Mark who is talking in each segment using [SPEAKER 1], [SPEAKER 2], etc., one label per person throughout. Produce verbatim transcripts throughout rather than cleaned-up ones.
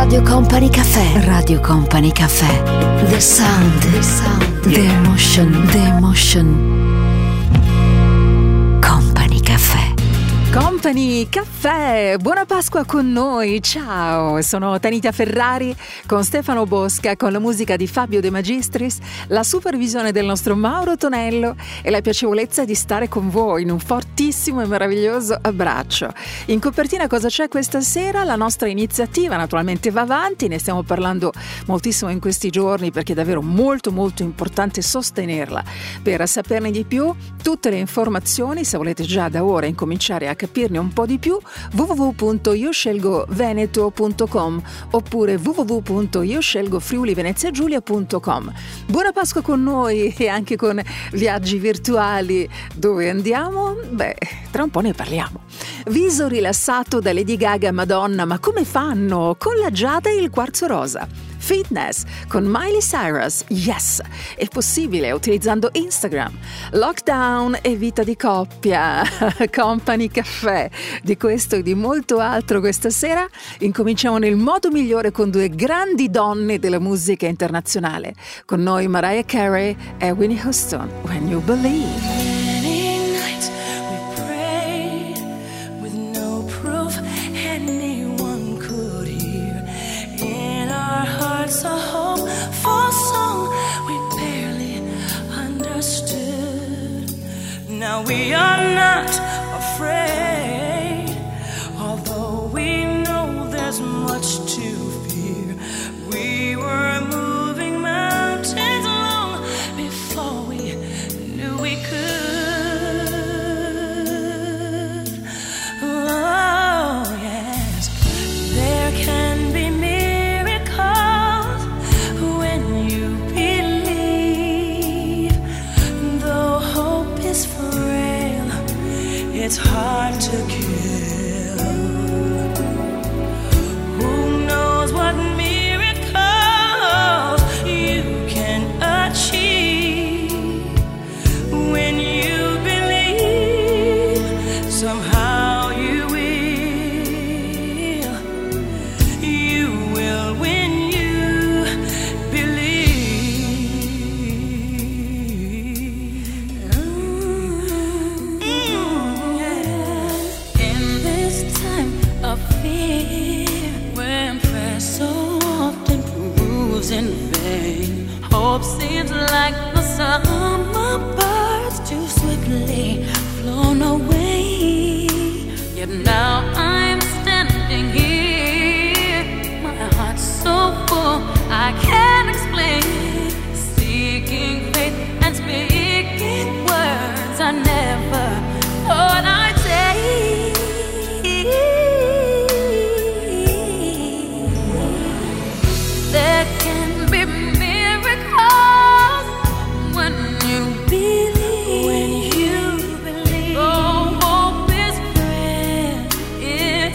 [SPEAKER 1] Radio Company Cafè. Radio Company Cafè. The sound. The sound. The emotion. The emotion. Company Cafè.
[SPEAKER 2] Company Caffè, buona Pasqua con noi, ciao, sono Tanita Ferrari con Stefano Bosca, con la musica di Fabio De Magistris, la supervisione del nostro Mauro Tonello e la piacevolezza di stare con voi in un fortissimo e meraviglioso abbraccio. In copertina cosa c'è questa sera? La nostra iniziativa naturalmente va avanti, ne stiamo parlando moltissimo in questi giorni perché è davvero molto molto importante sostenerla. Per saperne di più, tutte le informazioni, se volete già da ora incominciare a capirne un po' di più, w w w punto io scelgo veneto punto com oppure w w w punto io scelgo friuli venezia giulia punto com. Buona Pasqua con noi e anche con viaggi virtuali. Dove andiamo? Beh, tra un po' ne parliamo. Viso rilassato da Lady Gaga, Madonna, ma come fanno? Con la giada e il quarzo rosa. Fitness con Miley Cyrus, yes, è possibile utilizzando Instagram. Lockdown e vita di coppia. Company Cafè. Di questo e di molto altro questa sera incominciamo nel modo migliore con due grandi donne della musica internazionale. Con noi Mariah Carey e Whitney Houston, When You Believe.
[SPEAKER 3] A hopeful song we barely understood. Now we are not afraid, although we know there's much to fear. We were moving mountains long before we knew we could. Oh yes, there can be it's hard to kill. Who knows what miracles you can achieve when you believe. Somehow you will. You will when you believe. When prayer so often proves in vain, hope seems like the summer birds too swiftly flown away. Yet now I'm standing here, my heart's so full I can't explain, seeking faith and speaking words I never thought I'd say. There can be miracles when you believe. When you believe. Oh, hope is friend in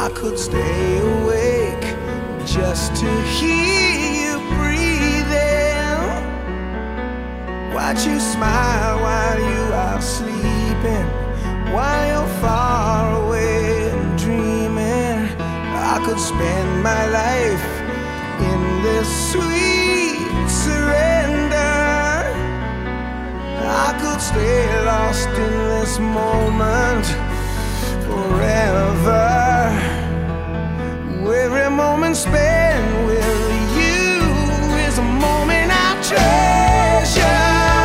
[SPEAKER 4] I could stay awake just to hear you breathing. Watch you smile while you are sleeping, while you're far away and dreaming. I could spend my life in this sweet surrender. I could stay lost in this moment forever. Every moment spent with you is a moment I treasure.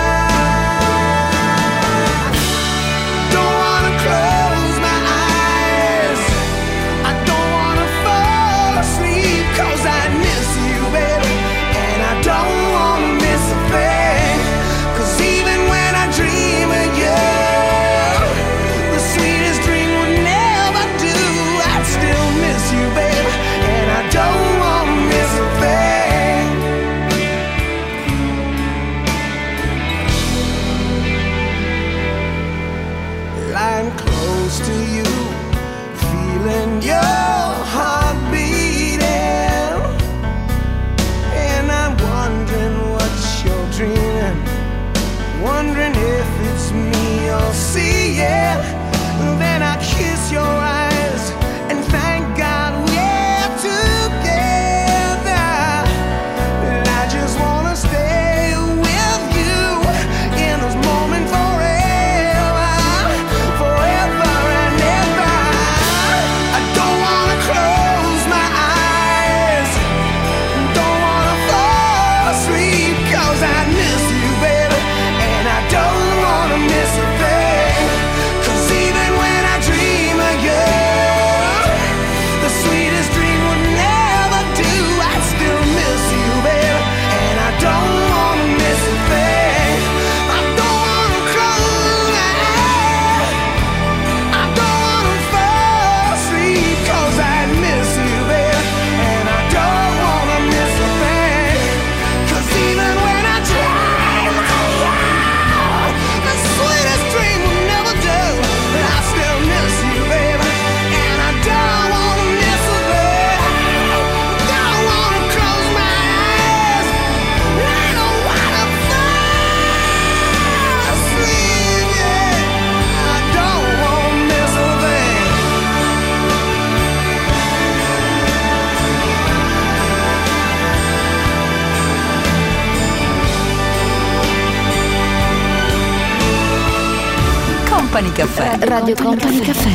[SPEAKER 1] Company Caffè. Radio Company Caffè.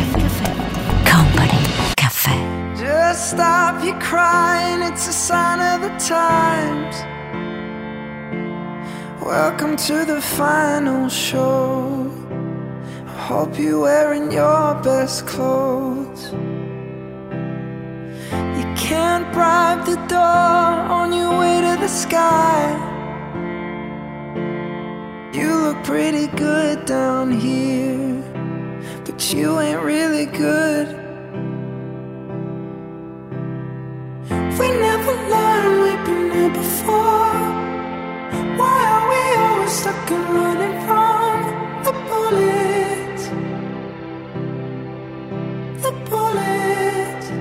[SPEAKER 1] Company Caffè.
[SPEAKER 4] Just stop your crying, it's a sign of the times. Welcome to the final show. I hope you're wearing your best clothes. You can't bribe the door on your way to the sky. You look pretty good down here, but you ain't really good. We never learned, we've been here before. Why are we always stuck and running from the bullets? The bullets.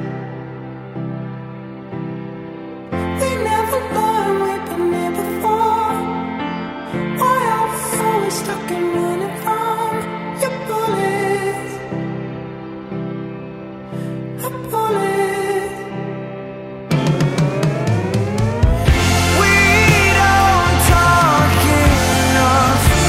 [SPEAKER 4] We never learned, we've been here before. Why are we always stuck and running from your bullets? The bullets. We don't talk enough.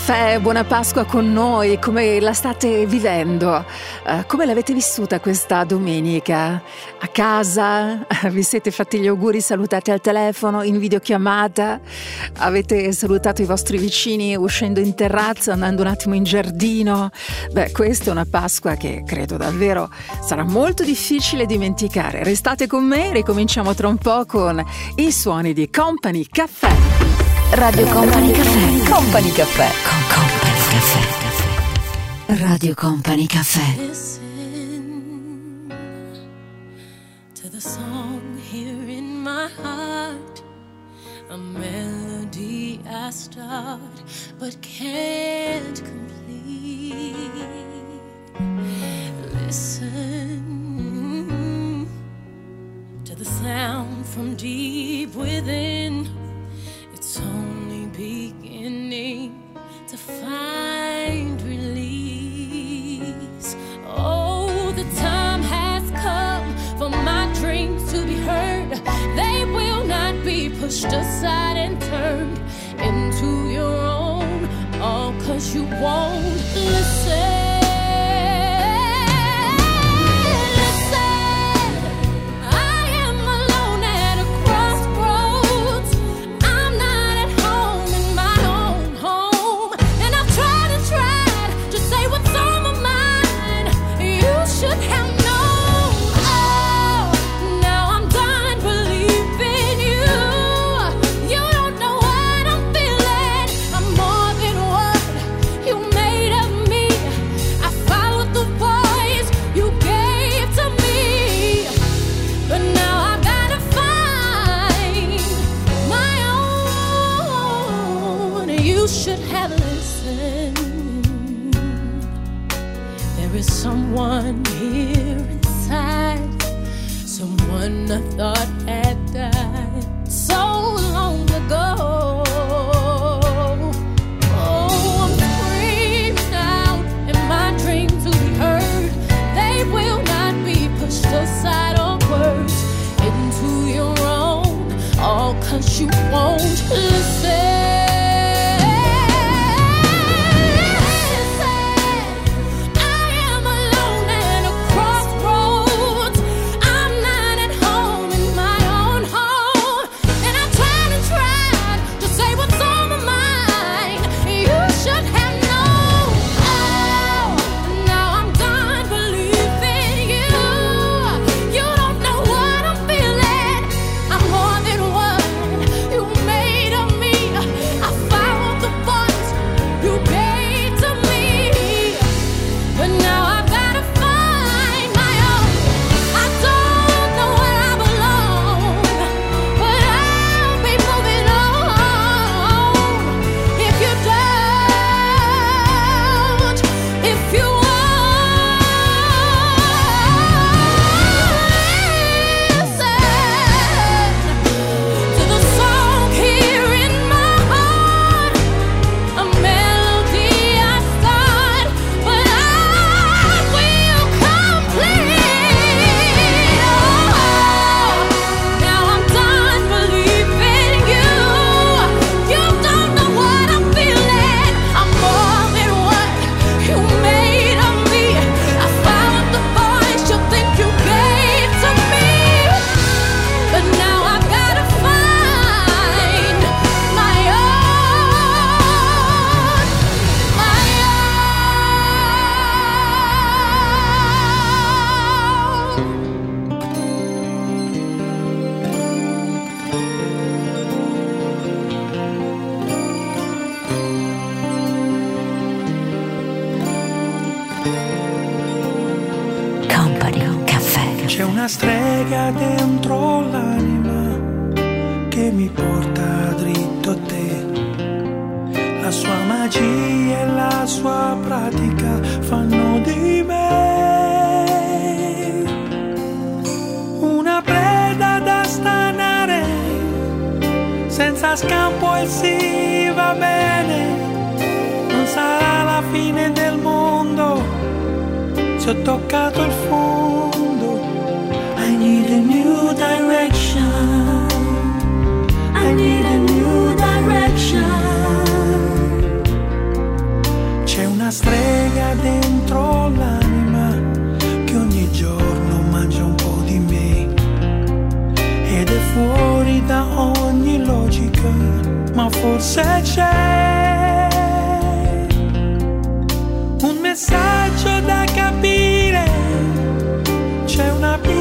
[SPEAKER 2] Caffè, buona Pasqua con noi, come la state vivendo? Uh, come l'avete vissuta questa domenica? A casa? Vi siete fatti gli auguri, salutate al telefono, in videochiamata? Avete salutato i vostri vicini uscendo in terrazza, andando un attimo in giardino? Beh, questa è una Pasqua che credo davvero sarà molto difficile dimenticare. Restate con me, ricominciamo tra un po' con i suoni di Company Caffè.
[SPEAKER 1] Radio Company Caffè. Company Caffè. Con Company Caffè. Radio Company Caffè.
[SPEAKER 3] Listen to the song here in my heart, a melody I start but can't complete. Listen to the sound from deep within. It's only beginning to find release. Oh, the time has come for my dreams to be heard. They will not be pushed aside and turned into your own, all 'cause you won't listen. Someone here inside, someone I thought had died so long ago. Oh, I'm screaming out in my dream to be heard. They will not be pushed aside or words into your own, all 'cause you won't listen.
[SPEAKER 4] Una strega dentro l'anima che mi porta dritto a te. La sua magia e la sua pratica fanno di me una preda da stanare, senza scampo e si va bene. Non sarà la fine del mondo se ho toccato il fondo. I need a new direction. I need a new direction.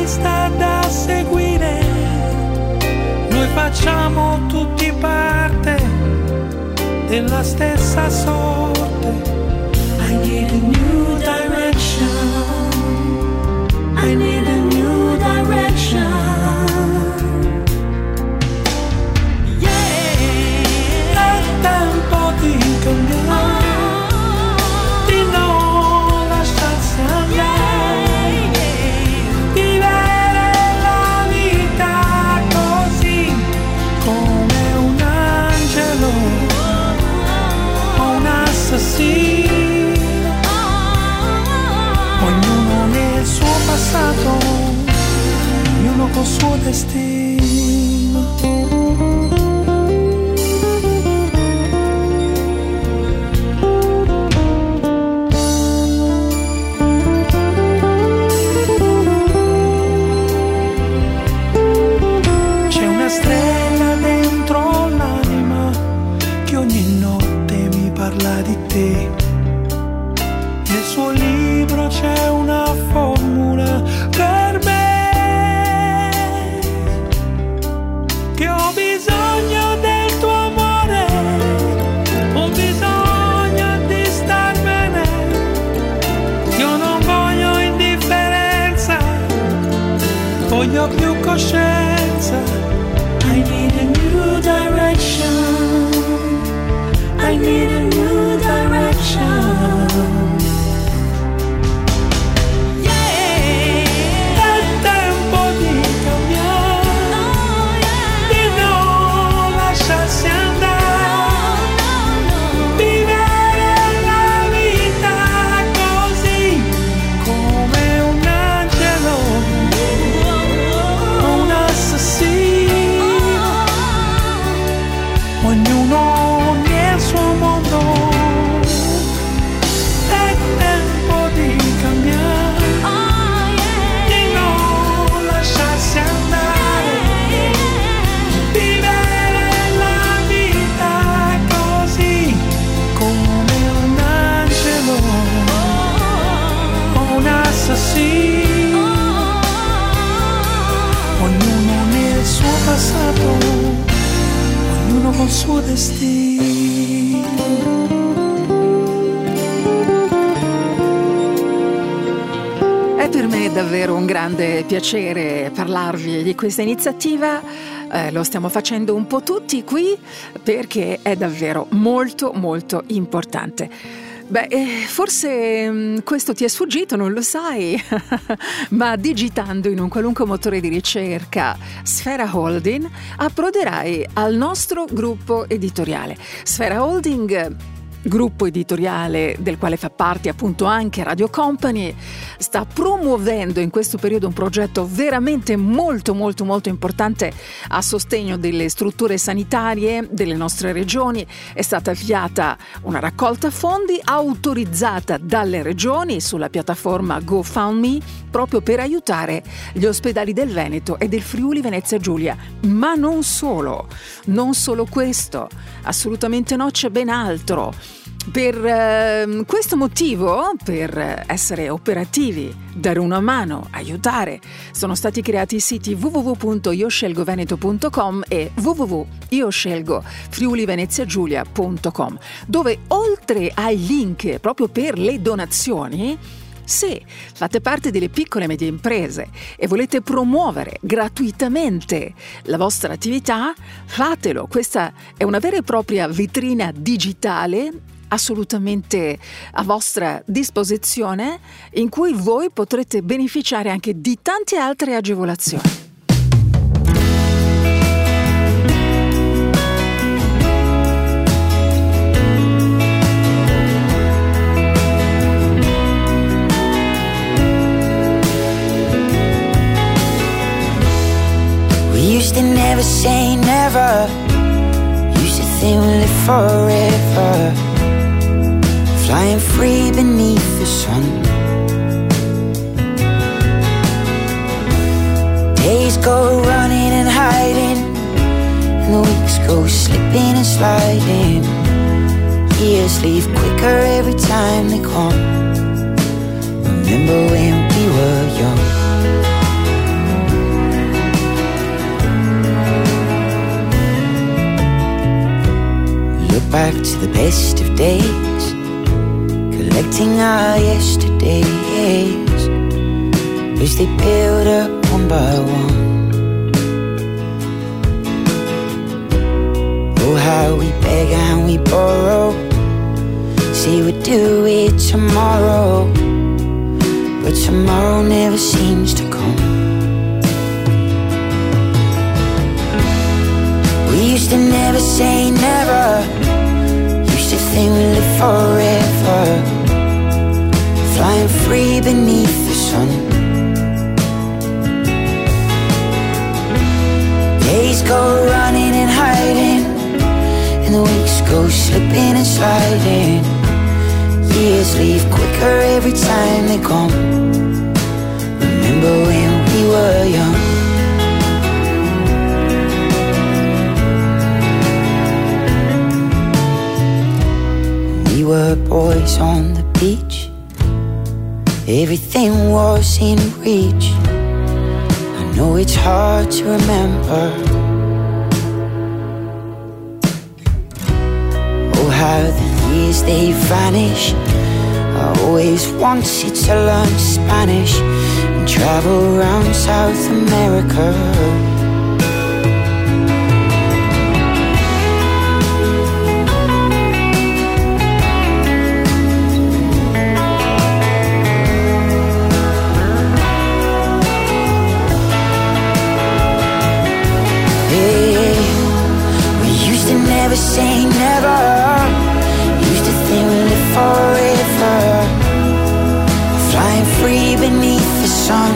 [SPEAKER 4] pista da seguire, noi facciamo tutti parte della stessa sorte. I need a new direction, I need a new direction. Yeah, è tempo di cambiare, di non lasciarsi andare, vivere la vita così come un angelo o un assassino. Ognuno nel suo passato, ognuno col suo destino. C'è una strella dentro l'anima che ogni notte mi parla di te. Nel suo libro c'è una formula per me, che ho bisogno del tuo amore, ho bisogno di star bene, io non voglio indifferenza, voglio più coscienza. I need a new direction, I need a new direction. Ognuno nel suo mondo, è tempo di cambiare, di non lasciarsi andare, vivere la vita così come un angelo o un assassino. Ognuno nel suo passato, ognuno col suo destino.
[SPEAKER 2] È per me davvero un grande piacere parlarvi di questa iniziativa. Eh, lo stiamo facendo un po' tutti qui perché è davvero molto molto importante. Beh, eh, forse mh, questo ti è sfuggito, non lo sai, ma digitando in un qualunque motore di ricerca Sfera Holding approderai al nostro gruppo editoriale. Sfera Holding, gruppo editoriale del quale fa parte appunto anche Radio Company, sta promuovendo in questo periodo un progetto veramente molto molto molto importante a sostegno delle strutture sanitarie delle nostre regioni. È stata avviata una raccolta fondi autorizzata dalle regioni sulla piattaforma GoFundMe proprio per aiutare gli ospedali del Veneto e del Friuli Venezia Giulia. Ma non solo, non solo questo, assolutamente no, c'è ben altro. Per eh, questo motivo, per essere operativi, dare una mano, aiutare, sono stati creati i siti w w w punto io scelgo veneto punto com e w w w punto io scelgo friuli venezia giulia punto com, dove oltre ai link proprio per le donazioni, se fate parte delle piccole e medie imprese e volete promuovere gratuitamente la vostra attività, fatelo. Questa è una vera e propria vetrina digitale assolutamente a vostra disposizione, in cui voi potrete beneficiare anche di tante altre agevolazioni.
[SPEAKER 5] We used to never say never, used to think we'd live forever, flying free beneath the sun. Days go running and hiding, and the weeks go slipping and sliding. Years leave quicker every time they come. Remember when we were young? to the best of days, collecting our yesterdays as they build up one by one. Oh, how we beg and we borrow, say we'd do it tomorrow, but tomorrow never seems to come. We used to never say never, used to think we'd live forever, flying free beneath the sun. Days go running and hiding, and the weeks go slipping and sliding. Years leave quicker every time they come. Remember when we were young? We were boys on the beach, everything was in reach. I know it's hard to remember. Oh, how the years they vanish. I always wanted to learn Spanish and travel around South America. Never say never, used to think we'd live forever, flying free beneath the sun.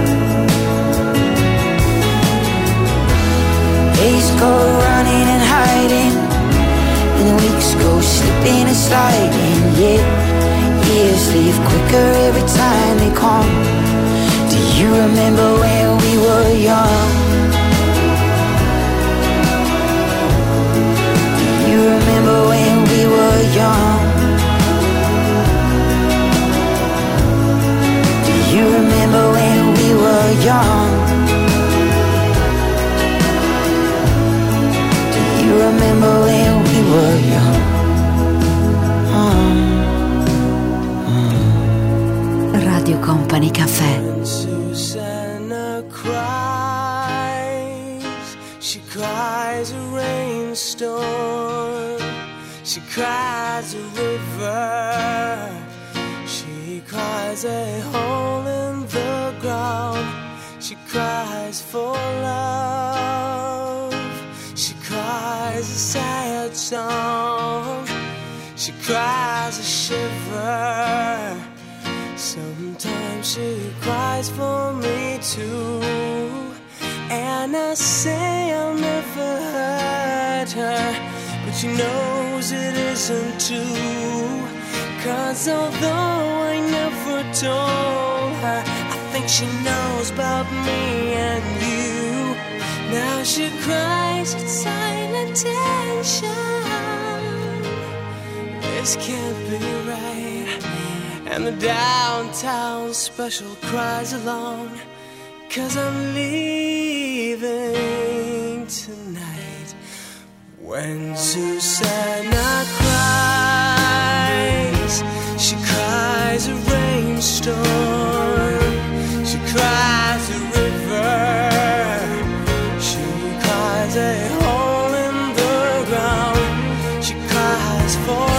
[SPEAKER 5] Days go running and hiding, and the weeks go slipping and sliding. Yeah, years leave quicker every time they come. Do you remember when we were young? You remember when we were young? Do you remember when we were young? Do you remember when we were young?
[SPEAKER 1] Uh, uh. Radio Company Café.
[SPEAKER 6] When Susanna cries, she cries a rainstorm. She cries a river, she cries a hole in the ground, she cries for love, she cries a sad song, she cries a shiver. Sometimes she cries for me too, and I say I'll never hurt her, but she knows it isn't true. Cause although I never told her, I think she knows about me and you. Now she cries in silent tension. This can't be right. And the downtown special cries along, cause I'm leaving tonight. When Susanna cries, she cries a rainstorm, she cries a river, she cries a hole in the ground, she cries for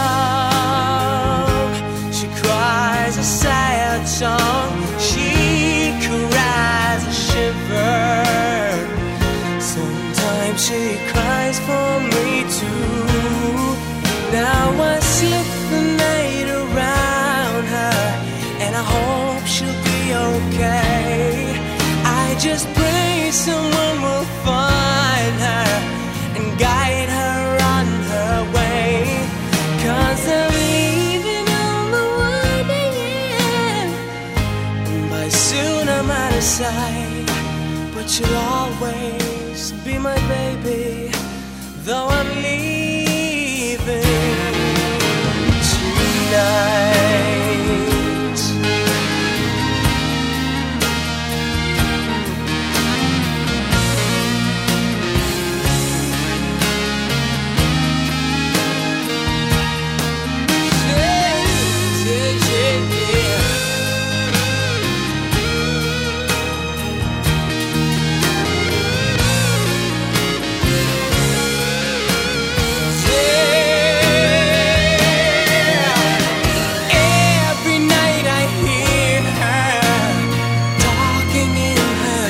[SPEAKER 6] love, she cries a sad song, she cries a shiver. Sometimes she cries for me too. Now I slip the night around her, and I hope she'll be okay. I just pray someone will find her and guide her on her way. Cause I'm leaving on the one a m, and by soon I'm out of sight. But you'll always be my baby, though I'm leaving tonight.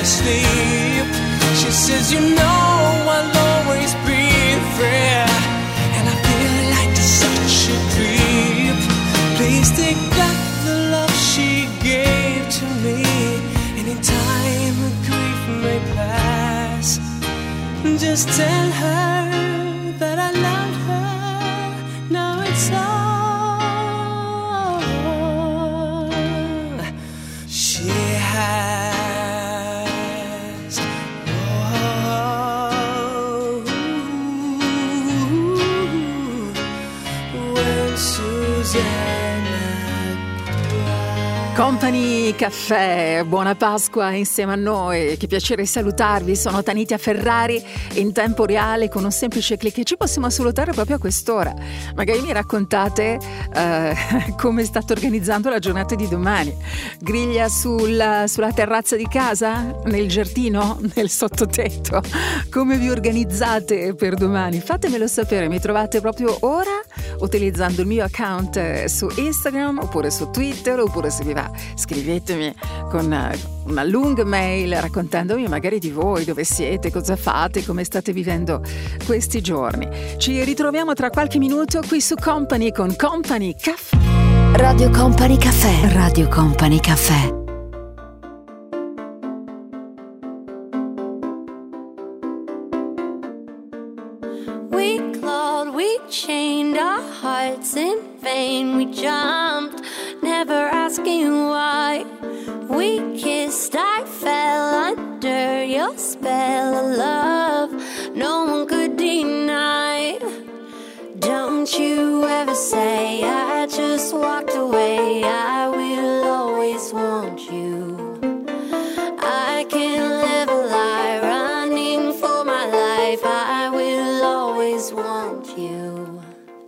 [SPEAKER 6] sleep. She says, you know I'll always be there, and I feel like such a creep. Please take back the love she gave to me, and in time her grief may pass. Just tell her that I loved her, now it's all she has. Oh, when Susanna
[SPEAKER 2] Company Caffè, buona Pasqua insieme a noi, che piacere salutarvi, sono Tanitia Ferrari in tempo reale con un semplice click e ci possiamo salutare proprio a quest'ora. Magari mi raccontate eh, come state organizzando la giornata di domani, griglia sul, sulla terrazza di casa, nel giardino, nel sottotetto, come vi organizzate per domani? Fatemelo sapere, mi trovate proprio ora utilizzando il mio account su Instagram oppure su Twitter, oppure se vi va scrivetemi con una lunga mail raccontandomi magari di voi, dove siete, cosa fate, come state vivendo questi giorni. Ci ritroviamo tra qualche minuto qui su Company con Company Caffè.
[SPEAKER 1] Radio Company Caffè. Radio Company Caffè.
[SPEAKER 7] We clawed, we chained our hearts in vain. We jumped, never asking why. We kissed, I fell under your spell of love no one could deny. Don't you ever say I just walked away. I will always want you. I can't live a lie running for my life. I will always want you.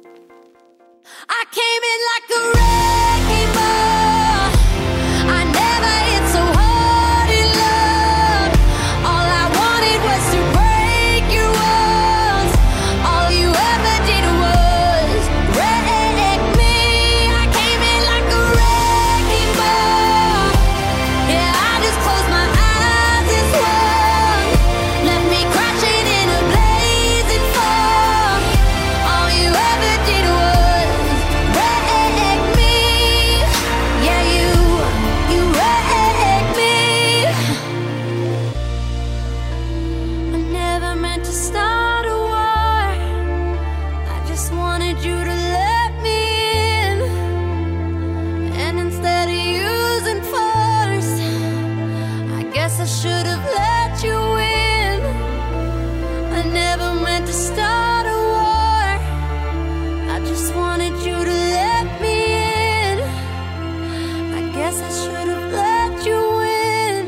[SPEAKER 7] I came in like a wrecking ball. I never hit so hard in love. All I wanted was to break your walls. All you ever did was wreck me. I came in like a wrecking ball. Yeah, I just closed my eyes and swung. Left me crashing in a blazing fall. All you ever did was wreck me. Yeah, you, you wrecked me. I never meant to start a war. I just wanted you to let me in. And instead of using force, I guess I should have let you in. I never meant to start a war. I just wanted you to let me in. I guess I should have let you in.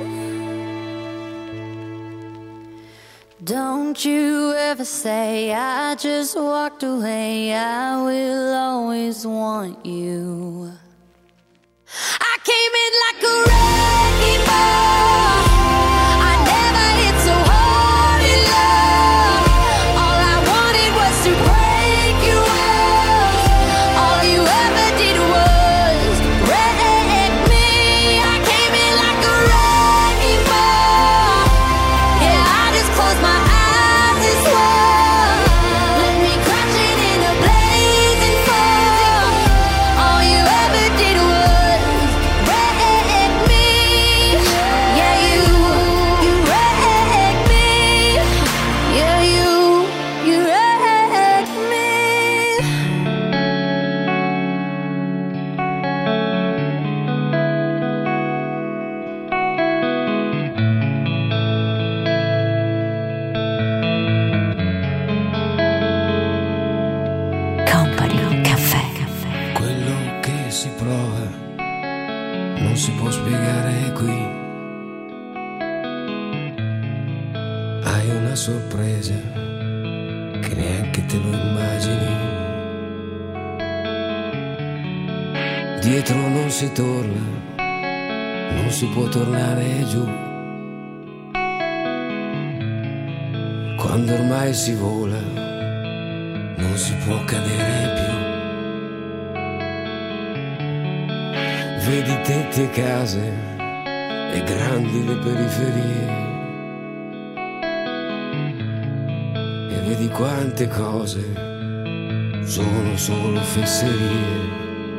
[SPEAKER 7] Don't you ever say I just walked away. I will always want you. I came in like a wrecking ball. I never hit so hard in love. All I wanted was to break your walls. All you ever did was wreck me. I came in like a wrecking ball. Yeah, I just closed my eyes and swung. Let me crashing in a blazing fall. All you ever did was wreck me. Yeah, you, you wrecked me. Yeah, you, you wrecked me.
[SPEAKER 1] Company Caffè.
[SPEAKER 8] Quello che si prova non si può spiegare qui. Hai una sorpresa che neanche te lo immagini. Dietro non si torna, non si può tornare giù. Quando ormai si vola, non si può cadere più. Vedi tetti e case e grandi le periferie. E vedi quante cose sono solo fesserie.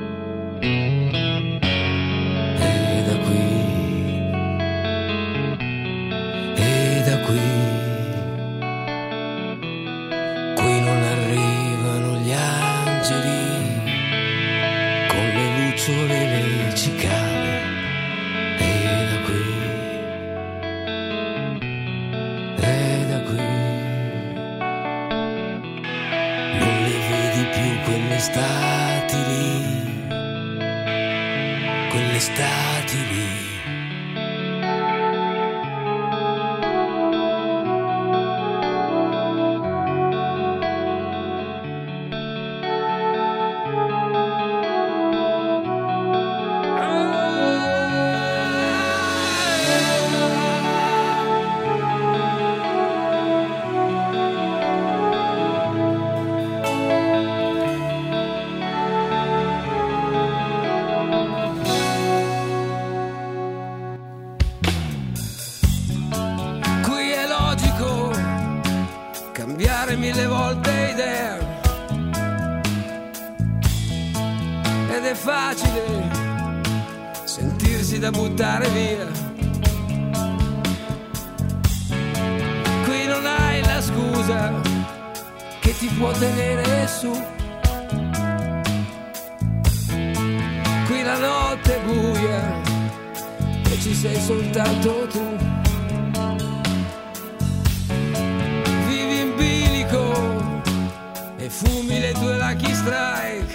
[SPEAKER 8] E da qui, e da qui, qui non arrivano gli angeli con le lucciole e le cicale. E da qui, e da qui, non le vedi più quelle estati lì, quelle estati lì. Cambiare mille volte idea ed è facile sentirsi da buttare via. Qui non hai la scusa che ti può tenere su. Qui la notte è buia e ci sei soltanto tu. E fumi le tue Lucky Strike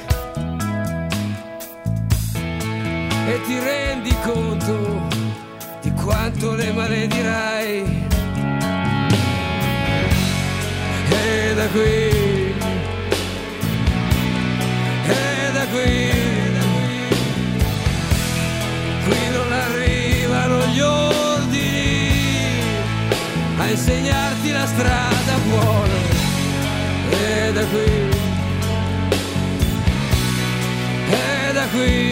[SPEAKER 8] e ti rendi conto di quanto le maledirai. E da qui, e da qui, qui non arrivano gli ordini a insegnarti la strada buona. E da qui, e da qui,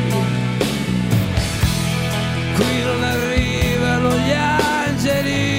[SPEAKER 8] qui non arrivano gli angeli.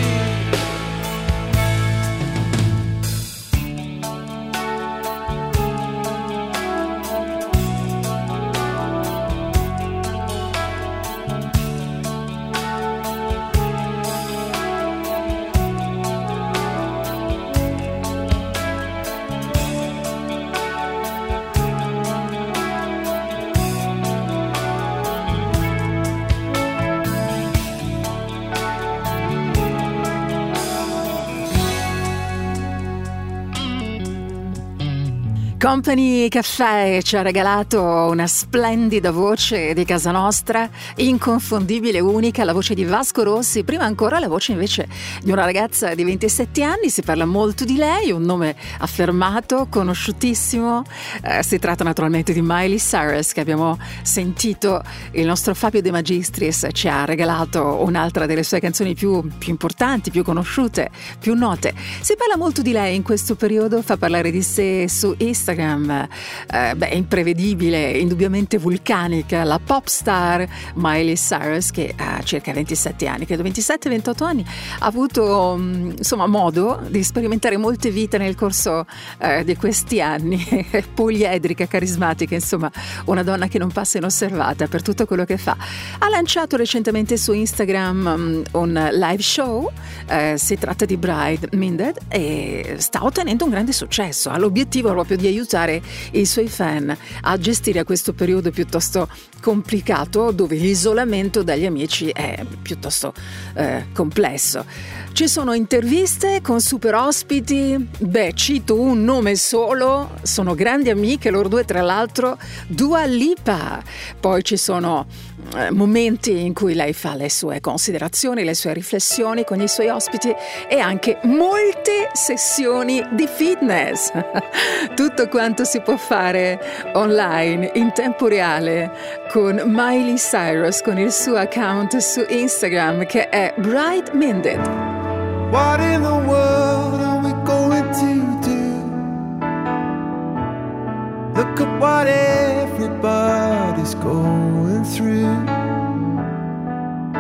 [SPEAKER 2] Company Caffè ci ha regalato una splendida voce di casa nostra, inconfondibile, unica, la voce di Vasco Rossi, prima ancora la voce invece di una ragazza di ventisette anni, si parla molto di lei, un nome affermato, conosciutissimo, eh, si tratta naturalmente di Miley Cyrus, che abbiamo sentito. Il nostro Fabio De Magistris ci ha regalato un'altra delle sue canzoni più, più importanti, più conosciute, più note. Si parla molto di lei in questo periodo, fa parlare di sé su Instagram. Eh, beh, imprevedibile, indubbiamente vulcanica, la pop star Miley Cyrus, che ha circa ventisette anni, credo ventisette ventotto anni, ha avuto mh, insomma modo di sperimentare molte vite nel corso eh, di questi anni. Poliedrica, carismatica, insomma una donna che non passa inosservata per tutto quello che fa. Ha lanciato recentemente su Instagram um, un live show, eh, si tratta di Bride Minded, e sta ottenendo un grande successo. Ha l'obiettivo proprio di aiutare i suoi fan a gestire questo periodo piuttosto complicato, dove l'isolamento dagli amici è piuttosto eh, complesso. Ci sono interviste con super ospiti, beh, cito un nome solo, sono grandi amiche loro due, tra l'altro, Dua Lipa. Poi ci sono eh, momenti in cui lei fa le sue considerazioni, le sue riflessioni con i suoi ospiti, e anche molte sessioni di fitness. Tutto quanto si può fare online in tempo reale con Miley Cyrus, con il suo account su Instagram che è Bride Minded.
[SPEAKER 4] What in the world are we going to do? Look at what everybody's going through.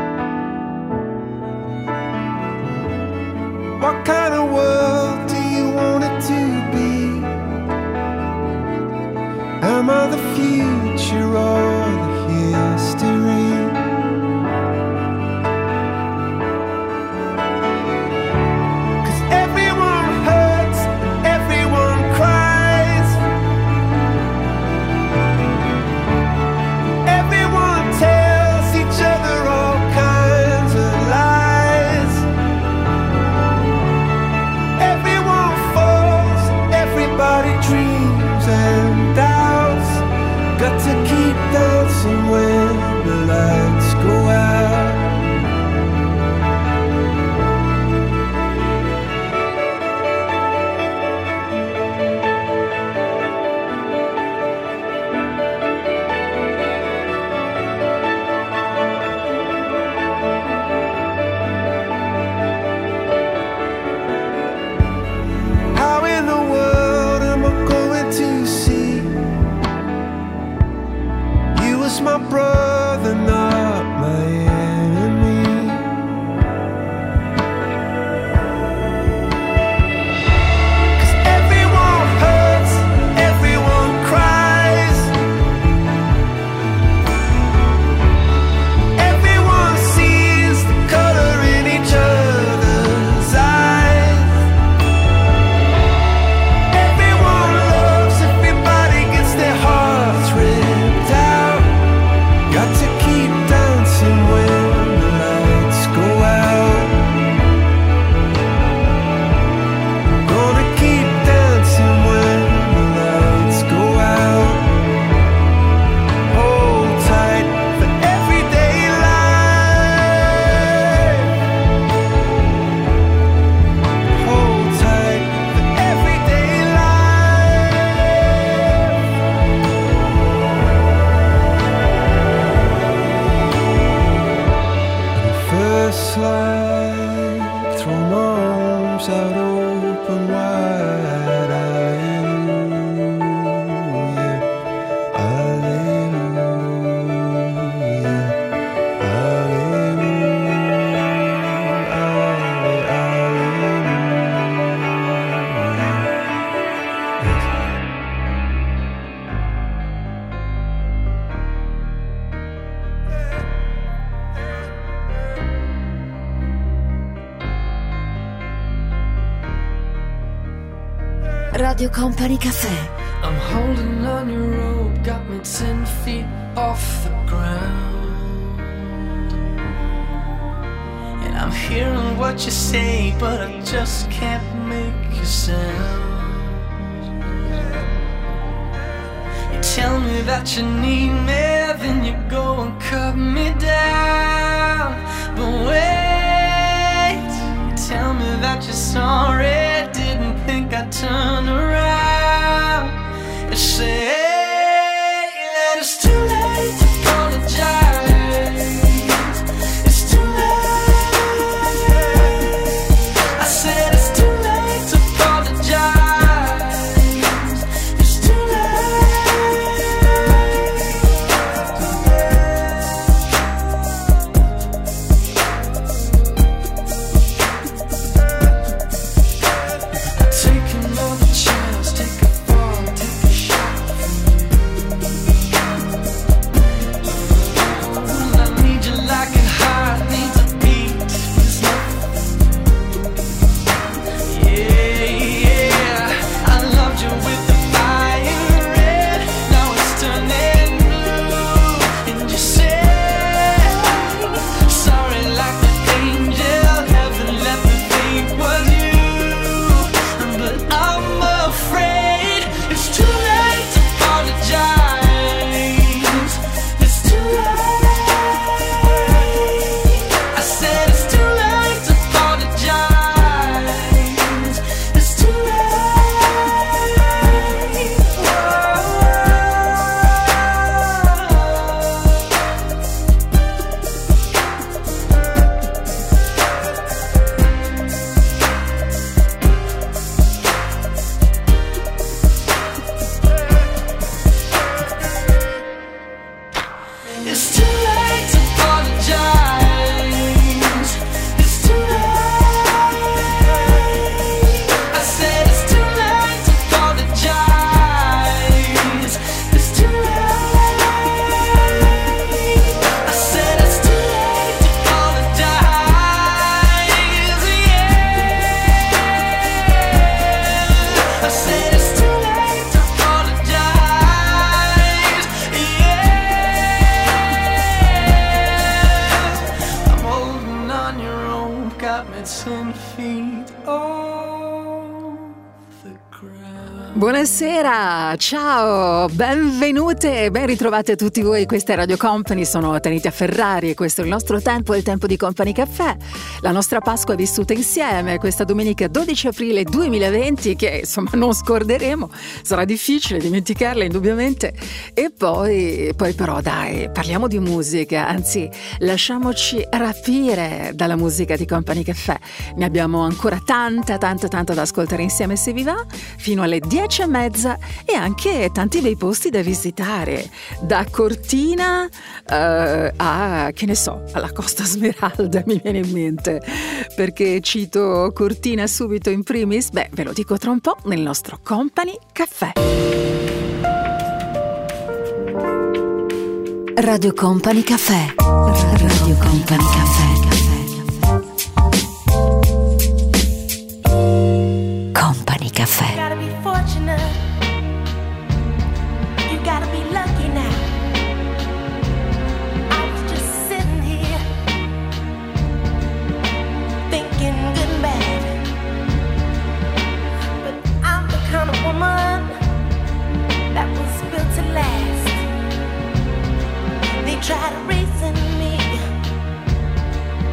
[SPEAKER 9] just like throw my arms out open wide. Hallelujah, hallelujah, hallelujah,
[SPEAKER 1] Radio Company Cafè.
[SPEAKER 8] I'm holding on your rope, got me ten feet off the ground.
[SPEAKER 3] And I'm hearing what you say, but I just can't make a sound. You tell me that you need me, then you go and cut me down. But wait, you tell me that you're sorry, didn't think I'd turn around and say that it's too late to apologize. It's too late. I said it's too late to apologize. It's too take another chance, take a fall, take a shot from you. I need you like a heart needs a beat. There's nothing. Yeah, yeah. I loved you with the fire red. Now it's turning blue. And you say sorry like the angel. Heaven let me think was you. But I'm afraid it's too late to apologize. It's too late. I said it's too late to apologize. It's too late. It's too late to apologize. It's too late. I said it's too late to apologize. It's too late. I said it's too late to apologize. Yeah. I said it's too late to apologize. Yeah. I'm holding on your rope, got me ten feet off the ground.
[SPEAKER 2] Buonasera, ciao, benvenute e ben ritrovate tutti voi. Questa è Radio Company, sono Tanita Ferrari e questo è il nostro tempo, il tempo di Company Cafè. La nostra Pasqua è vissuta insieme questa domenica dodici aprile duemilaventi, che insomma non scorderemo, sarà difficile dimenticarla indubbiamente. E poi, poi però dai, parliamo di musica, anzi lasciamoci rapire dalla musica di Company Cafè. Ne abbiamo ancora tanta, tanta, tanta da ascoltare insieme se vi va, fino alle dieci e mezza, e anche tanti bei posti da visitare, da Cortina eh, a, che ne so, alla Costa Smeralda mi viene in mente, perché cito Cortina subito in primis. Beh, ve lo dico tra un po' nel nostro Company Cafè.
[SPEAKER 1] Radio Company Cafè. Radio Company Cafè. Company Cafè.
[SPEAKER 10] Gotta be fortunate. You gotta be lucky now. I was just sitting here thinking good and bad. But I'm the kind of woman that was built to last. They try to reason me,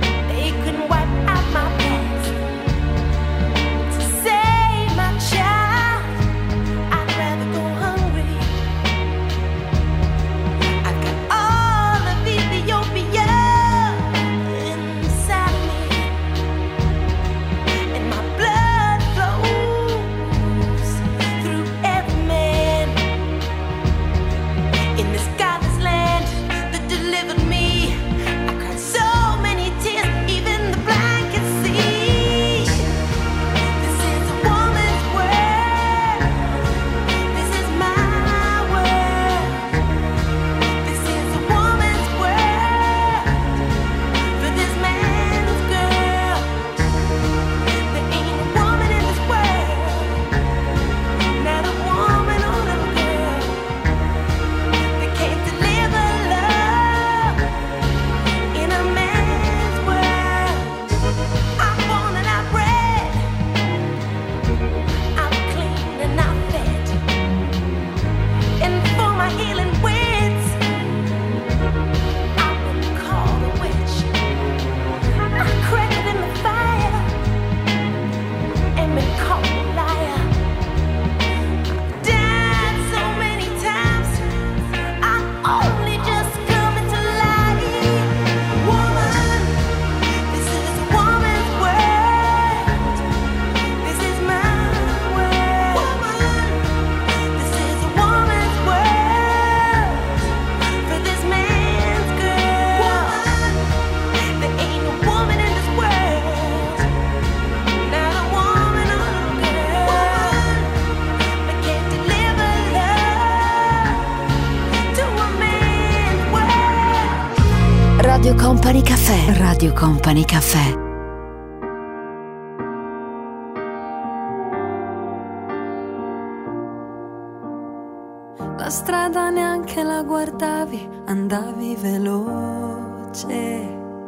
[SPEAKER 1] Company Cafè. Radio Company Cafè.
[SPEAKER 11] La strada neanche la guardavi, andavi veloce.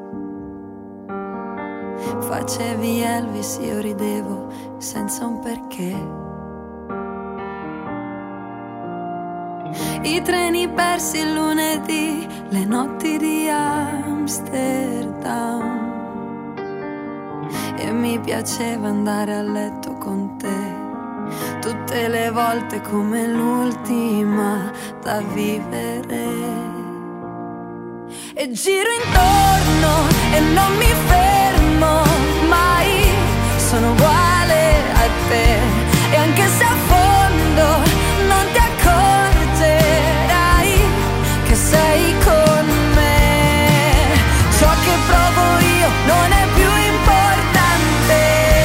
[SPEAKER 11] Facevi Elvis, io ridevo senza un perché. I treni persi il lunedì, le notti di Amsterdam. E mi piaceva andare a letto con te, tutte le volte come l'ultima da vivere. E giro intorno e non mi fermo mai, sono uguale a te. E anche se affondo non ti accorgerai che sei con me. Ciò che provo io non è più importante.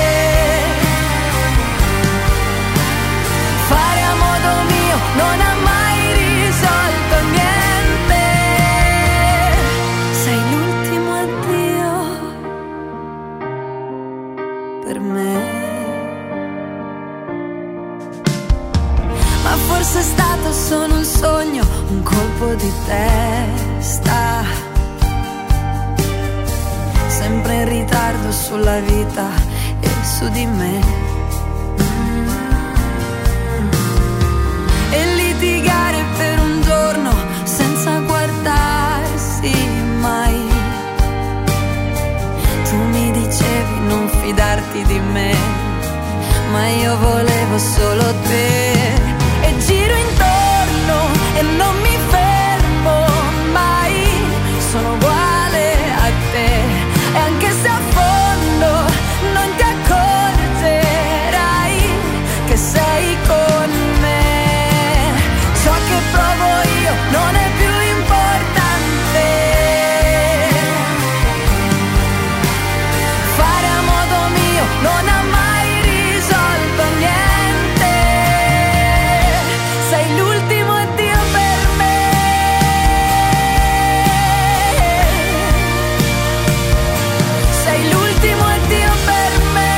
[SPEAKER 11] Fare a modo mio non ha mai risolto niente. Sei l'ultimo addio per me. Ma forse è stato solo un sogno, un colpo di testa, sempre in ritardo sulla vita e su di me. Mm. E litigare per un giorno senza guardarsi mai. Tu mi dicevi non fidarti di me, ma io volevo solo te. E giro intorno e non mi fermo mai, sono uguale a te. E anche se affondo non ti accorgerai che sei con me. Ciò che provo io non è più importante. Fare a modo mio non ha mai risolto niente. Sei l'ultimo addio per me. Sei l'ultimo addio per me.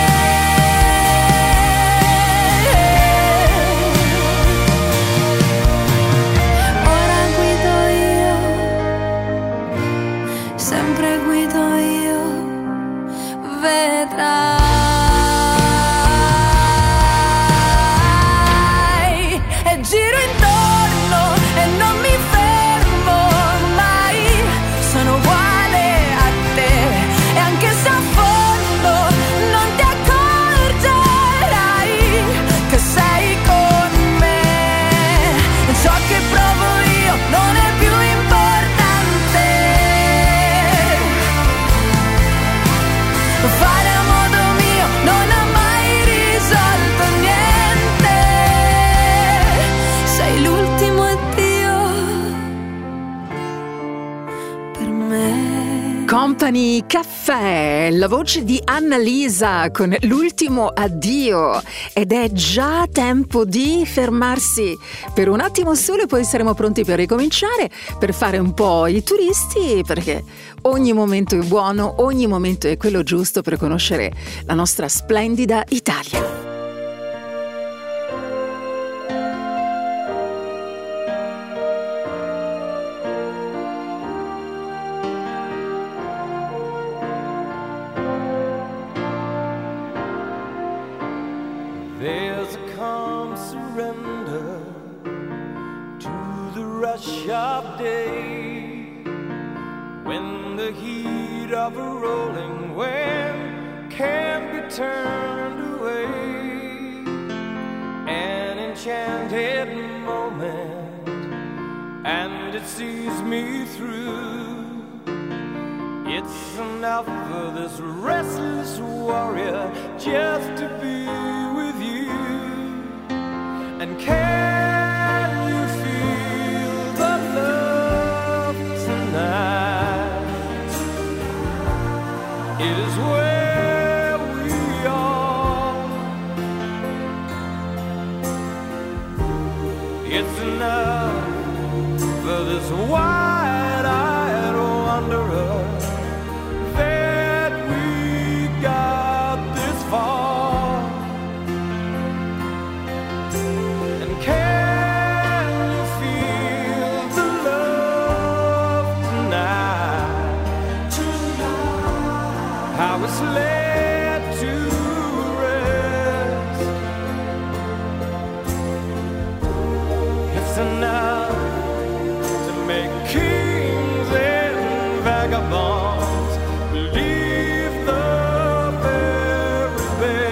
[SPEAKER 11] Ora guido io, sempre guido io, vedrai. E giro intorno e non mi fermo mai, sono uguale a te. E anche se affondo non ti accorgerai che sei con me. Ciò che provo io non è più importante. Fare a modo mio non ha mai risolto niente. Sei l'ultimo addio per me.
[SPEAKER 2] Company Cafè, la voce di Annalisa con l'ultimo addio. Ed è già tempo di fermarsi per un attimo solo e poi saremo pronti per ricominciare, per fare un po' i turisti, perché ogni momento è buono, ogni momento è quello giusto per conoscere la nostra splendida Italia.
[SPEAKER 9] There's a calm surrender to the rush of day, when the heat of a rolling wave can't be turned away. An enchanted moment, and it sees me through. It's enough for this restless warrior just to be with you. And can you feel the love tonight? It is where we are. It's enough for this wide-eyed wanderer was laid to rest. It's enough to make kings and vagabonds believe the very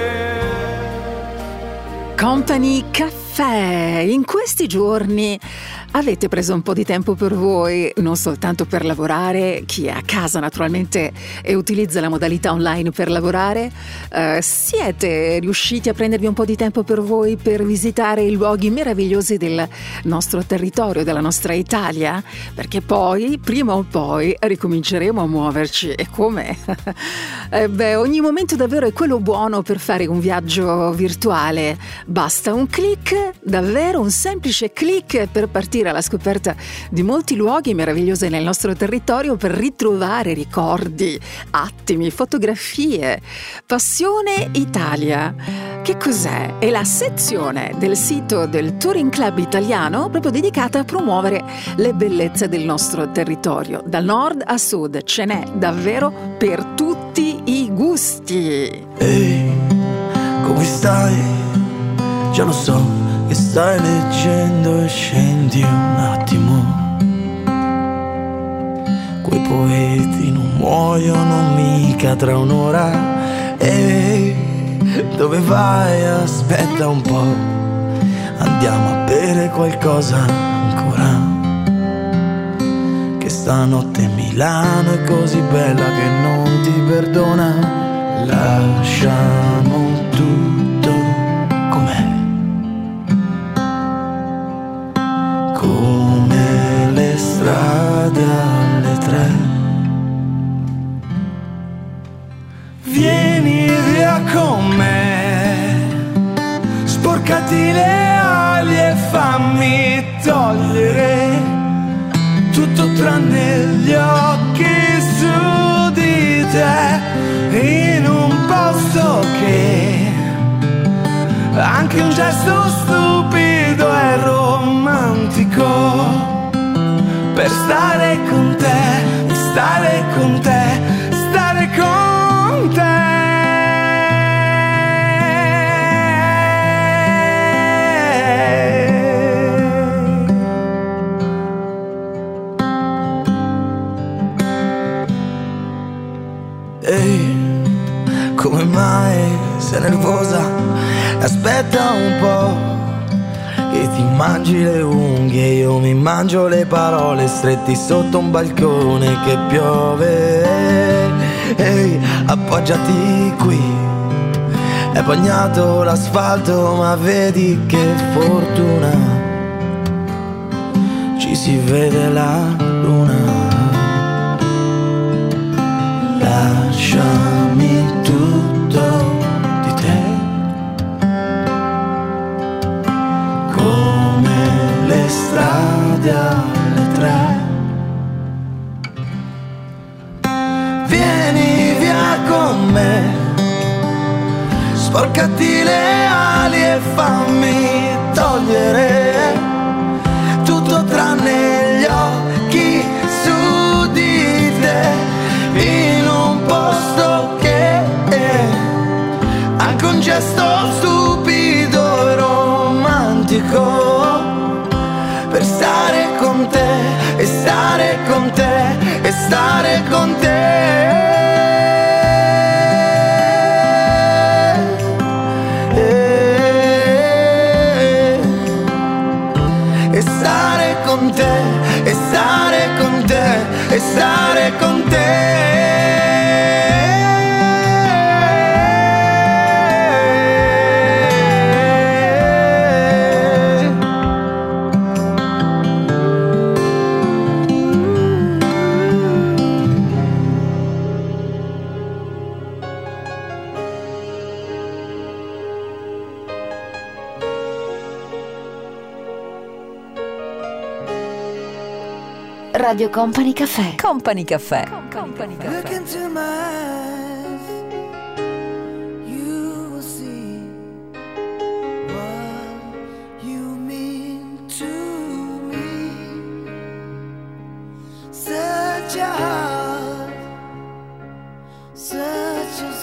[SPEAKER 9] best.
[SPEAKER 2] Company Caffè. In questi giorni avete preso un po' di tempo per voi, non soltanto per lavorare, chi è a casa naturalmente e utilizza la modalità online per lavorare, eh, siete riusciti a prendervi un po' di tempo per voi per visitare i luoghi meravigliosi del nostro territorio, della nostra Italia? Perché poi, prima o poi, ricominceremo a muoverci. E come? eh beh, ogni momento davvero è quello buono per fare un viaggio virtuale. Basta un click, davvero un semplice click per partire alla scoperta di molti luoghi meravigliosi nel nostro territorio, per ritrovare ricordi, attimi, fotografie. Passione Italia. Che cos'è? È la sezione del sito del Touring Club italiano proprio dedicata a promuovere le bellezze del nostro territorio. Da nord a sud ce n'è davvero per tutti i gusti.
[SPEAKER 12] Ehi, come stai? Già lo so che stai leggendo e scendi un attimo. Quei poeti non muoiono mica tra un'ora. Ehi, dove vai? Aspetta un po', andiamo a bere qualcosa ancora. Che stanotte Milano è così bella che non ti perdona. Lasciamo tutto com'è, come le strade alle tre. Vieni via con me, sporcati le ali e fammi togliere tutto tranne gli occhi su di te. In un posto che anche un gesto stupido è romantico, per stare con te, stare con te, stare con te. Ehi, come mai sei nervosa? Aspetta un po', che ti mangi le unghie, io mi mangio le parole, stretti sotto un balcone che piove. Ehi, appoggiati qui, è bagnato l'asfalto, ma vedi che fortuna, ci si vede la luna. Lasciami tutto di te, come le strade alle tre. Vieni via con me, sporcati le ali e fammi togliere tutto tranne gli occhi su di te. In un posto che è anche un gesto stupido e romantico, per stare con te e stare con te e stare con te. E stare con te e stare con te e stare con te.
[SPEAKER 1] Radio Company Caffè. Company Caffè.
[SPEAKER 2] Company Caffè.
[SPEAKER 4] Look into my eyes, you will see what you mean to me. Such a heart, such a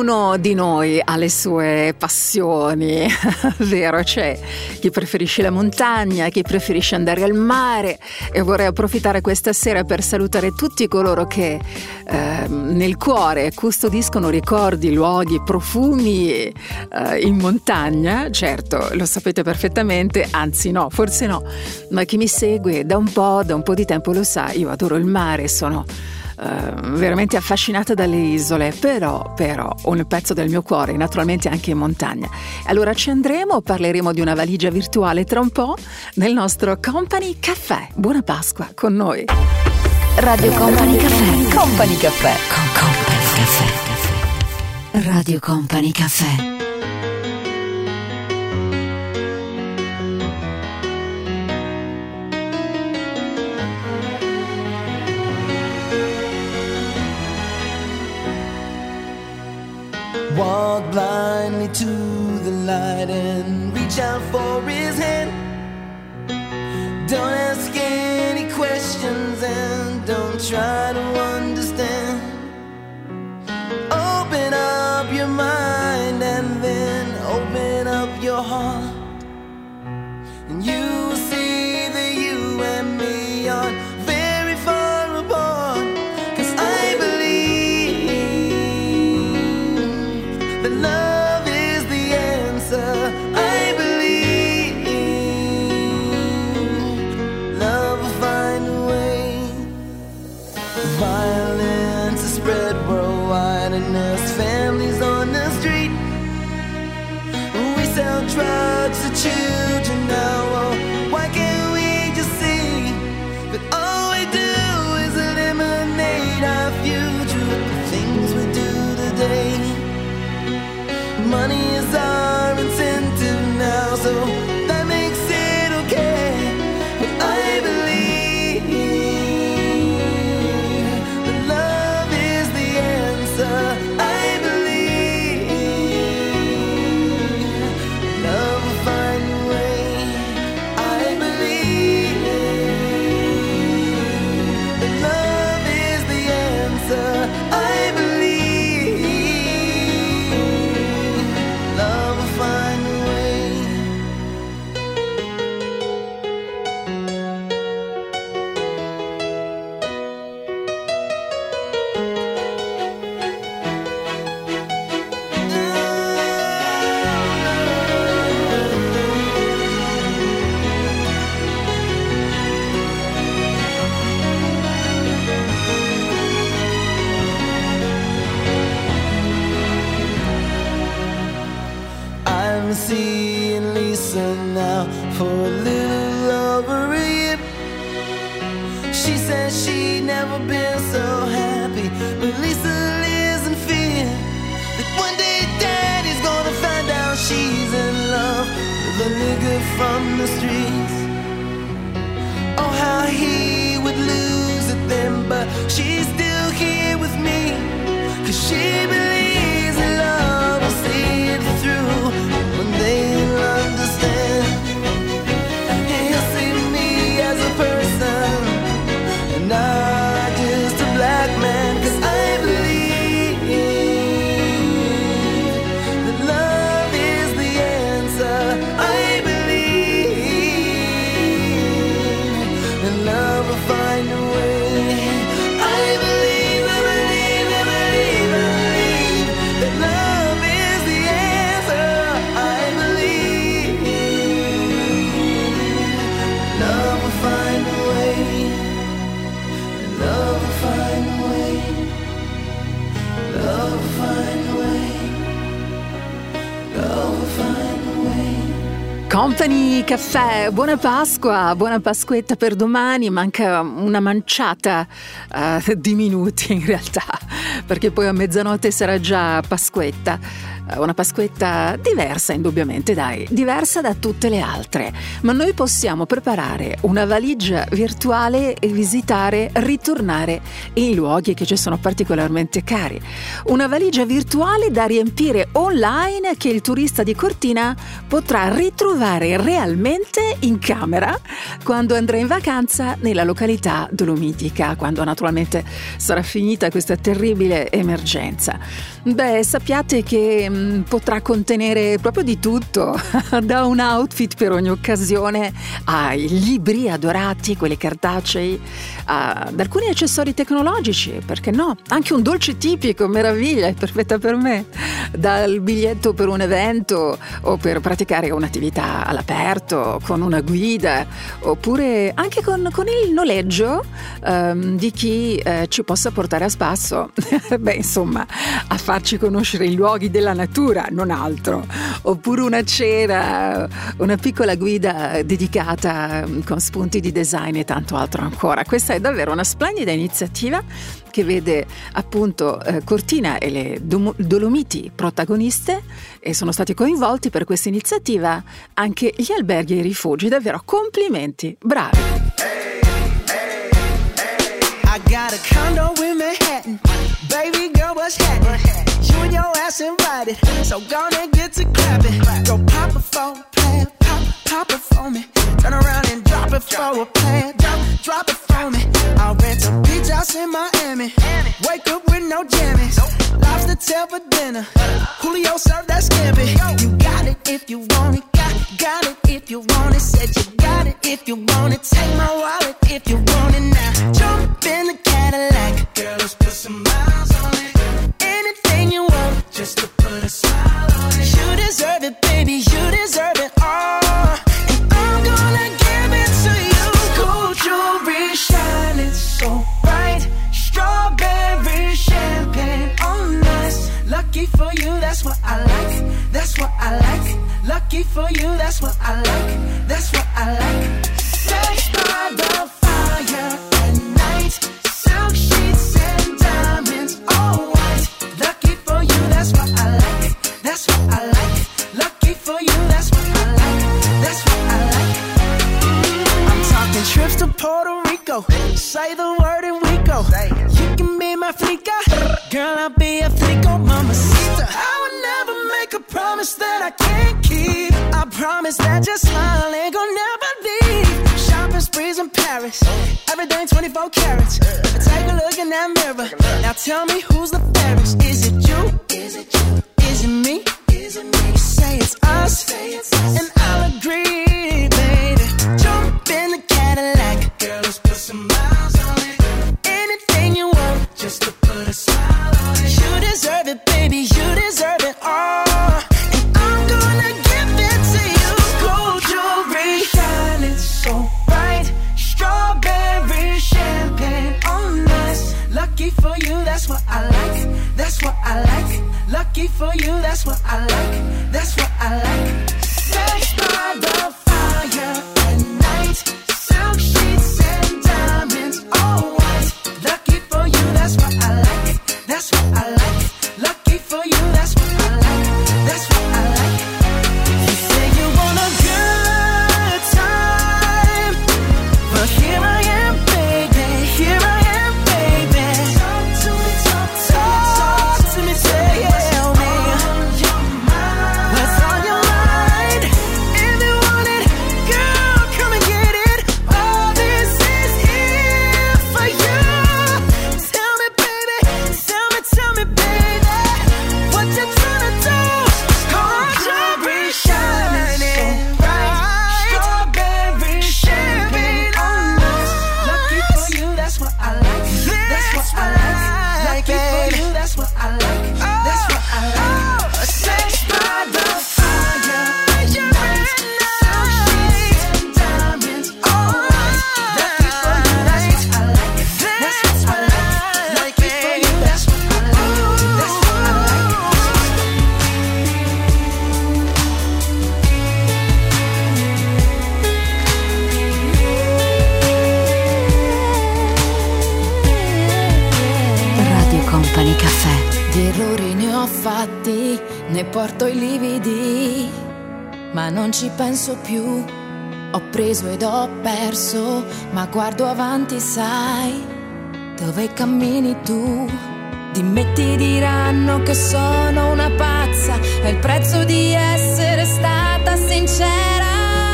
[SPEAKER 2] Ognuno di noi ha le sue passioni, vero? C'è chi preferisce la montagna, chi preferisce andare al mare, e vorrei approfittare questa sera per salutare tutti coloro che eh, nel cuore custodiscono ricordi, luoghi, profumi eh, in montagna. Certo, lo sapete perfettamente, anzi no, forse no, ma chi mi segue da un po', da un po' di tempo lo sa, io adoro il mare, sono Uh, veramente affascinata dalle isole, però, però un pezzo del mio cuore naturalmente anche in montagna. Allora ci andremo, parleremo di una valigia virtuale tra un po' nel nostro Company Caffè. Buona Pasqua con noi.
[SPEAKER 1] Radio Company Caffè. Company Caffè. Con Company Caffè. Radio Company Caffè.
[SPEAKER 6] Walk blindly to the light and reach out for his hand. Don't ask any questions and don't try to understand. Open up your mind and then open up your heart, and you will see that you and me are very far apart. 'Cause I believe that love is the answer. I believe love will find a way. Violence is spread worldwide and there's families on the street. We sell drugs to children now. Oh, why can't we just see that all we do is eliminate our future with the things we do today? Money is our incentive now, so that makes it okay. But I believe that love is the answer. I believe love will find a way. I believe that love is the answer. I believe love will find a way. I'm seeing Lisa now for a little over a year. She says she'd never been so happy, but Lisa lives in fear that one day Daddy's gonna find out she's in love with a nigga from the streets. Oh, how he would lose it then, but she's still here with me, 'cause she believes in love will see it through. One day he'll understand, he'll see me as a person and not just a black man. 'Cause I believe that love is the answer. I believe that love will find a way. I believe, I believe, I believe, I believe that love is the answer. I believe love will find a way. Love will find a way. Love will find a way. Love will find a way.
[SPEAKER 2] Company Caffè, buona Pasqua, buona Pasquetta per domani. Manca una manciata uh, di minuti in realtà, perché poi a mezzanotte sarà già Pasquetta. una Pasquetta diversa, indubbiamente, dai, diversa da tutte le altre, ma noi possiamo preparare una valigia virtuale e visitare, ritornare in luoghi che ci sono particolarmente cari. Una valigia virtuale da riempire online che il turista di Cortina potrà ritrovare realmente in camera quando andrà in vacanza nella località dolomitica, quando naturalmente sarà finita questa terribile emergenza. Beh, sappiate che mh, potrà contenere proprio di tutto, da un outfit per ogni occasione ai libri adorati, quelli cartacei, ad alcuni accessori tecnologici, perché no? Anche un dolce tipico, meraviglia, è perfetta per me, dal biglietto per un evento o per praticare un'attività all'aperto con una guida, oppure anche con, con il noleggio um, di chi eh, ci possa portare a spasso. Beh, insomma, a farci conoscere i luoghi della natura, non altro. Oppure una cena, una piccola guida dedicata con spunti di design e tanto altro ancora. Questa è davvero una splendida iniziativa che vede appunto eh, Cortina e le Dom- Dolomiti protagoniste, e sono stati coinvolti per questa iniziativa anche gli alberghi e i rifugi. Davvero complimenti, bravi.
[SPEAKER 13] I got a condo in Manhattan. Baby girl, what's happening? You and your ass invited, so gonna get to clapping. Go pop it for a plan, pop, pop it for me. Turn around and drop it for a plan, drop, drop it for me. I'll rent a beach house in Miami. Wake up with no jammies. Lobster tail for dinner. Julio served that scampi. You got it if you want it. Got, got it if you want it. Said you got it if you want it. Take my wallet if you want it now. Jump in the Cadillac. Girl, let's put some miles on it. Anything you want, just to put a smile on it. You deserve it, baby. You deserve it all. And I'm gonna give it to you. Gold jewelry shining so bright. Strawberry champagne on us. Lucky for you, that's what I like. That's what I like. Lucky for you, that's what I like. That's what I like. Sex by the fire at night. Silk sheets and diamonds, all white. Lucky for you, that's what I like. That's what I like. Lucky for you, that's what I like. That's what I like. I'm talking trips to Puerto Rico. Say the word and we go. You can be my flica. Girl, I'll be a flico, mamacita. I would never make a promise that I can't keep. I promise that your smile ain't gonna never leave. Shopping sprees in Paris. Everything twenty-four carats. Take a look in that mirror. Now tell me who's the fairest. Is it you? Is it you? Is it me? Is it me? Say it's us. Say it's us. And I'll agree, baby. Jump in the Cadillac. Girl, let's put some miles on it. Anything you want, just to put a smile on it. You deserve it, baby. You deserve it all. And I'm gonna give it to you. Gold jewelry shining so bright. Strawberry champagne on us. Lucky for you, that's what I like. That's what I like. Lucky for you, that's what I like. That's what I like. Sex
[SPEAKER 11] Di errori ne ho fatti, ne porto i lividi, ma non ci penso più. Ho preso ed ho perso, ma guardo avanti, sai, dove cammini tu. Di me ti diranno che sono una pazza, è il prezzo di essere stata sincera.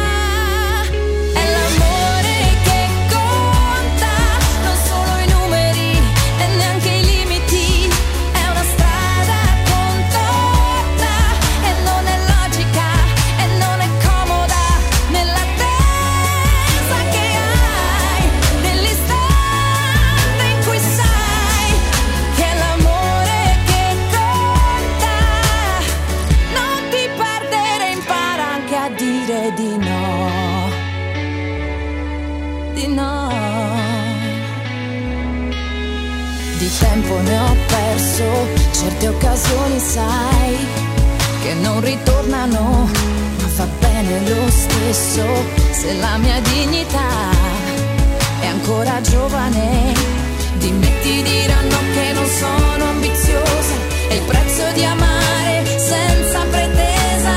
[SPEAKER 11] È l'amore che conta, non solo i numeri e neanche i limiti. È una strada contorta e non è logica e non è comoda nell'attesa che hai, nell'istante in cui sai che è l'amore che conta. Non ti perdere, impara anche a dire di no, di no. Di tempo ne ho perso, certe occasioni sai che non ritornano, ma fa bene lo stesso se la mia dignità è ancora giovane. Di me ti diranno che non sono ambiziosa, è il prezzo di amare senza pretesa.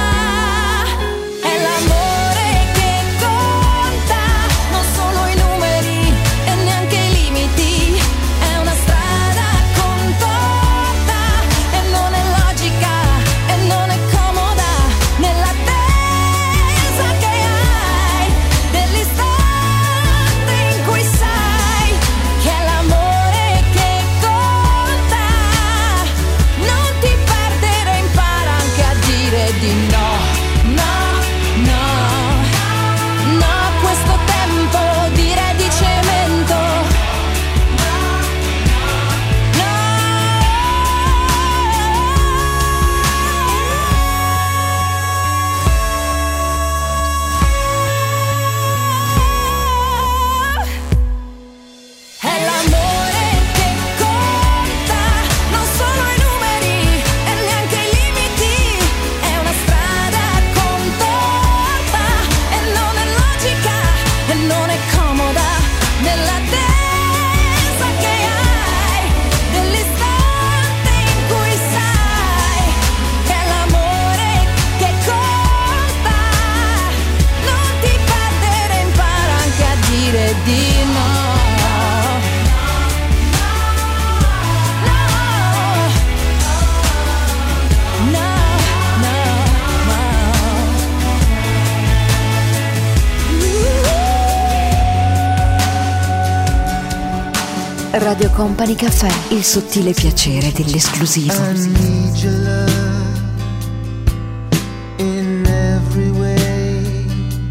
[SPEAKER 11] È l'amore che conta, non solo i numeri e neanche i limiti. È una strada contorta e non è logica e non è comoda nell'attesa che hai, dell'istante in cui sai che è l'amore che conta. Non ti perdere, impara anche a dire di no, no, no, no. Questo tempo direi di cemento, è l'amore che conta, non solo i numeri e neanche i limiti. È una strada contorta e non è logica e non è comoda nell'attesa che hai, dell'istante in cui sai che è l'amore che conta. Non ti perdere, impara anche a dire di no.
[SPEAKER 1] Radio Company Cafè, il sottile piacere dell'esclusivo.
[SPEAKER 14] I need your love in every way.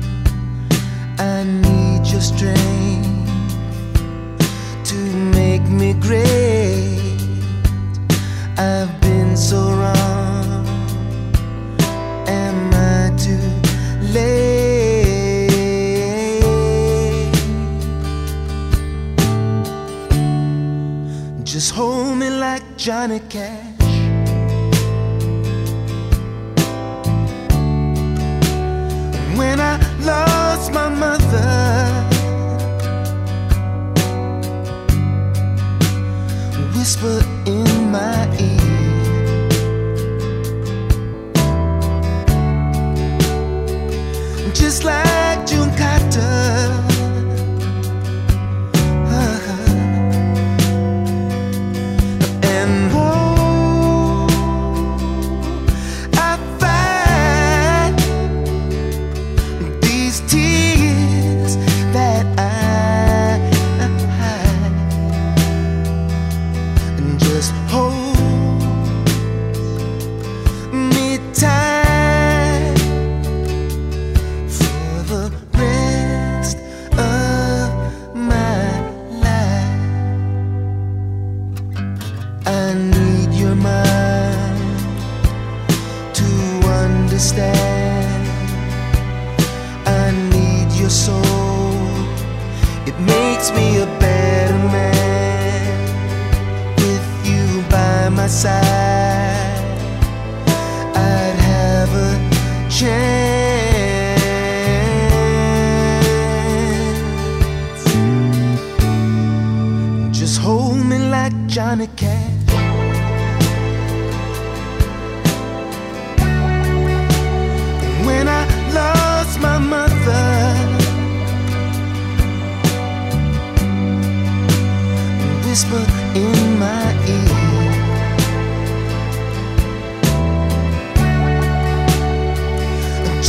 [SPEAKER 14] I need your strength to make me great. I've been so wrong. Am I too late? Just hold me like Johnny Cash. When I lost my mother, whisper in my ear, just like June Carter. And oh, I find these tears that I hide, and just hold me tight for the rest of my life. I need your mind to understand. I need your soul. It makes me a better man with you by my side. I'd have a chance. Just hold me like Johnny Cash.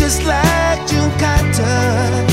[SPEAKER 14] just like June Carter.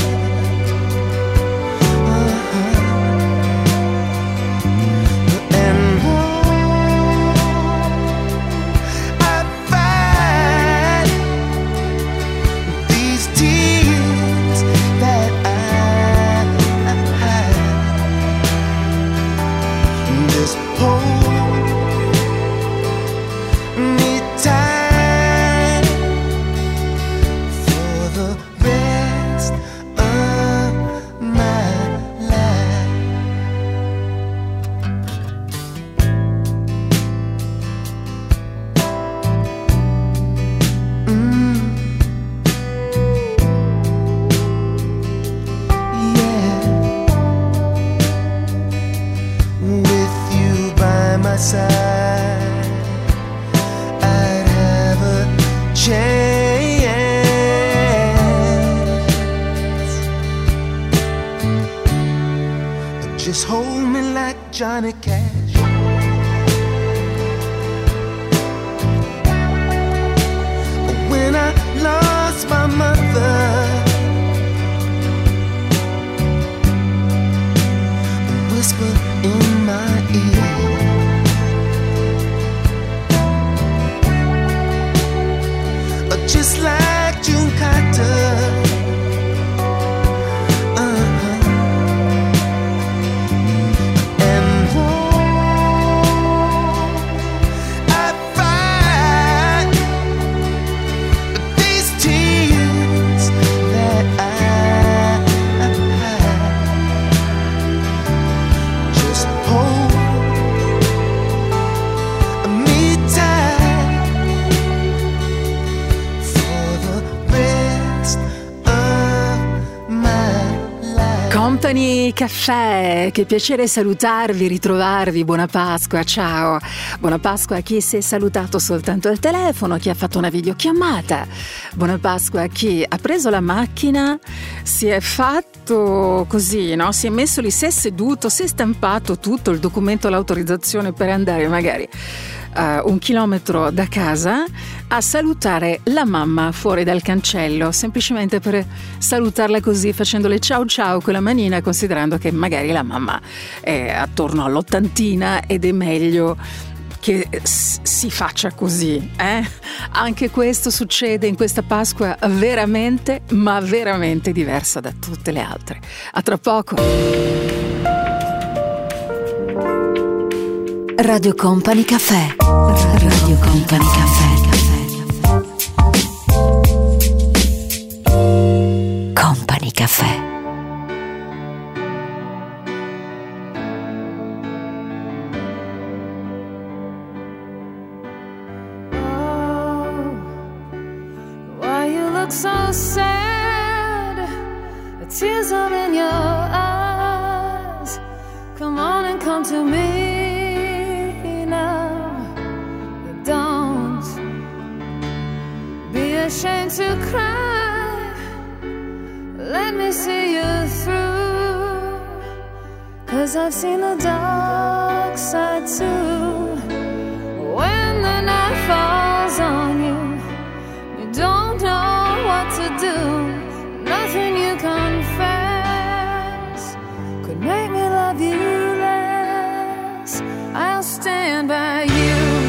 [SPEAKER 14] Just hold me like Johnny Cash. When I lost my mother, whisper in my ear, just like June Carter.
[SPEAKER 2] Company Caffè, che piacere salutarvi, ritrovarvi, buona Pasqua, ciao, buona Pasqua a chi si è salutato soltanto al telefono, chi ha fatto una videochiamata, buona Pasqua a chi ha preso la macchina, si è fatto così, no? Si è messo lì, si è seduto, si è stampato tutto il documento, l'autorizzazione per andare magari Uh, un chilometro da casa a salutare la mamma fuori dal cancello, semplicemente per salutarla così, facendole ciao ciao con la manina, considerando che magari la mamma è attorno all'ottantina ed è meglio che si faccia così, eh? Anche questo succede in questa Pasqua veramente, ma veramente diversa da tutte le altre. A tra poco.
[SPEAKER 1] Radio Company Caffè. Radio Company Caffè. Company Caffè.
[SPEAKER 15] Oh, why you look so sad? The tears are in your eyes. Come on and come to me. Don't be ashamed to cry. Let me see you through, 'cause I've seen the dark side too. When the night falls on you, you don't know what to do. Nothing you confess could make me love you less. I'll stand by you.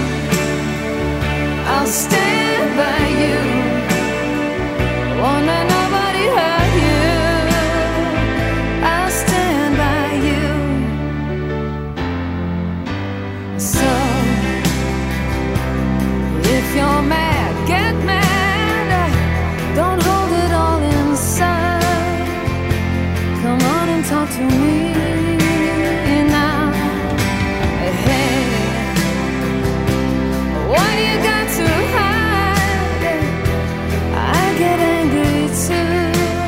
[SPEAKER 15] I'll stand by you. Won't let nobody hurt you. I'll stand by you. So, if you're mad, get mad. Don't hold it all inside. Come on and talk to me now. Hey, what do you got to hide? I get angry too.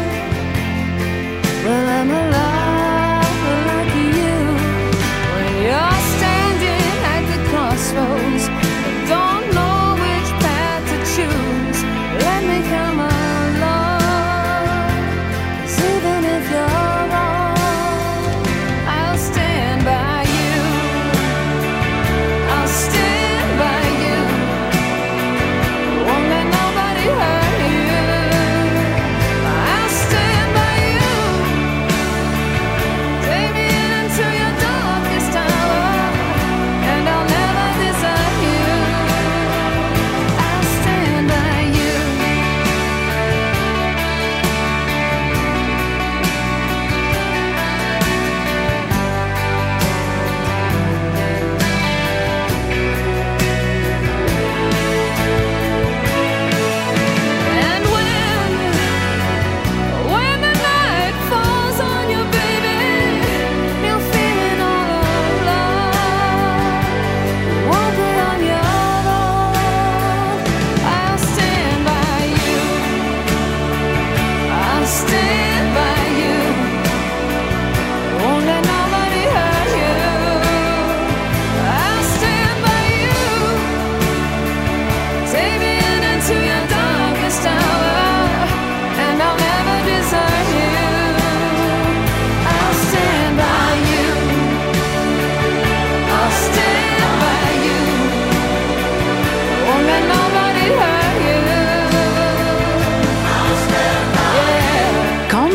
[SPEAKER 15] Well, I'm alive like you. When you're standing at the crossroads, don't know which path to choose. Let me come along, 'cause even if you're wrong,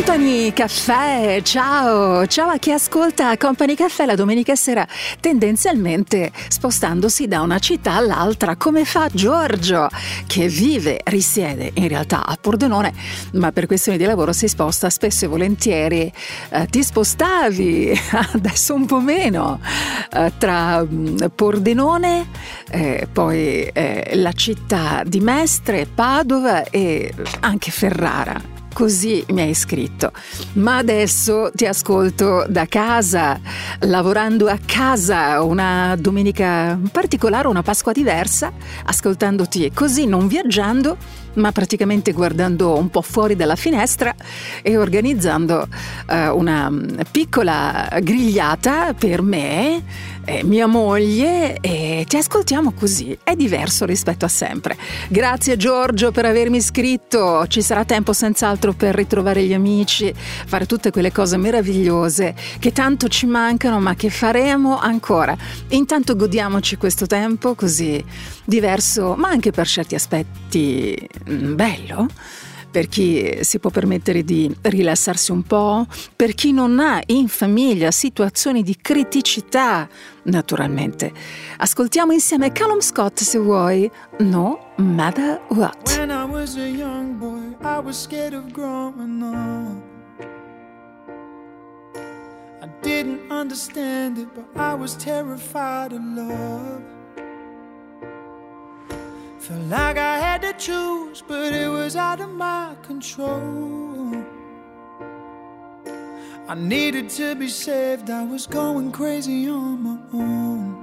[SPEAKER 2] Company Caffè, ciao, ciao a chi ascolta Company Caffè la domenica sera, tendenzialmente spostandosi da una città all'altra, come fa Giorgio, che vive, risiede in realtà a Pordenone, ma per questioni di lavoro si sposta spesso e volentieri. Eh, ti spostavi, adesso un po' meno, eh, tra Pordenone, eh, poi eh, la città di Mestre, Padova e anche Ferrara. Così mi hai scritto. Ma adesso ti ascolto da casa, lavorando a casa, una domenica particolare, una Pasqua diversa, ascoltandoti così, non viaggiando, ma praticamente guardando un po' fuori dalla finestra e organizzando uh, una piccola grigliata per me e mia moglie, e ti ascoltiamo così, è diverso rispetto a sempre. Grazie Giorgio per avermi scritto, ci sarà tempo senz'altro per ritrovare gli amici, fare tutte quelle cose meravigliose che tanto ci mancano ma che faremo ancora. Intanto godiamoci questo tempo così diverso, ma anche per certi aspetti bello, per chi si può permettere di rilassarsi un po', per chi non ha in famiglia situazioni di criticità, naturalmente. Ascoltiamo insieme Callum Scott, se vuoi, No Matter What.
[SPEAKER 16] When I was a young boy, I was scared of growing up. I didn't understand it, but I was terrified of love. Felt like I had to choose, but it was out of my control. I needed to be saved, I was going crazy on my own.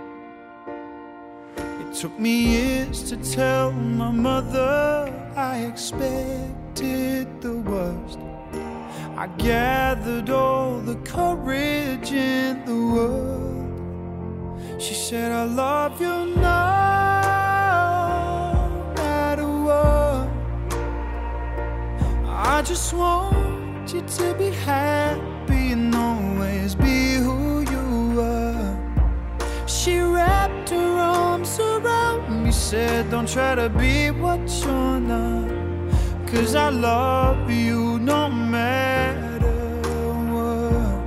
[SPEAKER 16] It took me years to tell my mother I expected the worst. I gathered all the courage in the world. She said, I love you now. I just want you to be happy and always be who you are. She wrapped her arms around me, said don't try to be what you're not, 'cause I love you no matter what.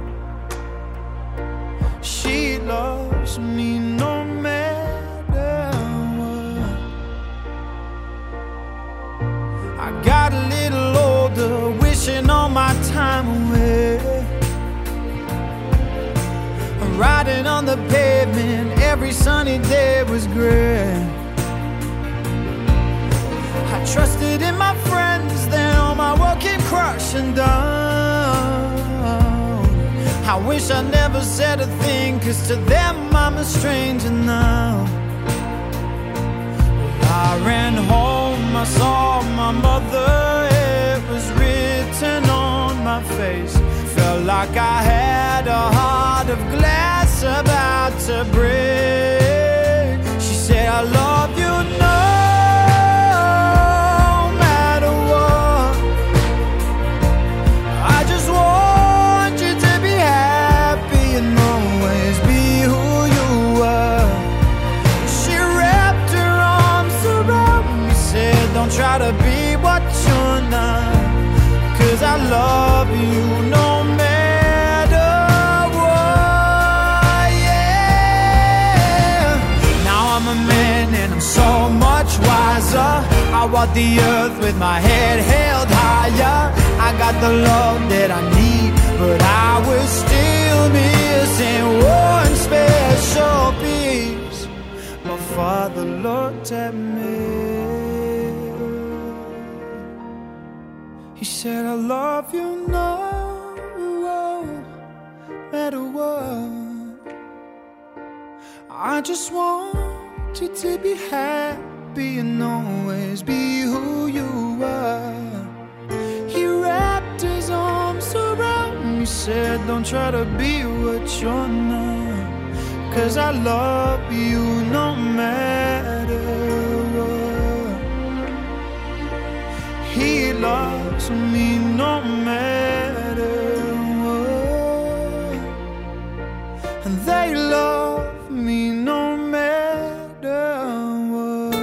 [SPEAKER 16] She loves me no matter what. I got a little older, wishing all my time away, riding on the pavement, every sunny day was great. I trusted in my friends, then all my world came crashing down. I wish I never said a thing, 'cause to them I'm a stranger now. I ran home, I saw my mother, it was written on my face. Felt like I had a heart of glass about to break. She said, I love you no matter what. I just want you to be happy and always be who you are. She wrapped her arms around me, said, don't try to be what you're not, 'cause I love you no matter what, yeah. Now I'm a man and I'm so much wiser. I walk the earth with my head held higher. I got the love that I need, but I was still missing one special piece. My father looked at me. He said, I love you no matter what. I just want you to be happy and always be who you are. He wrapped his arms around me, said, don't try to be what you're not, 'cause I love you no matter what. He loves me no matter what, and they love me no matter what.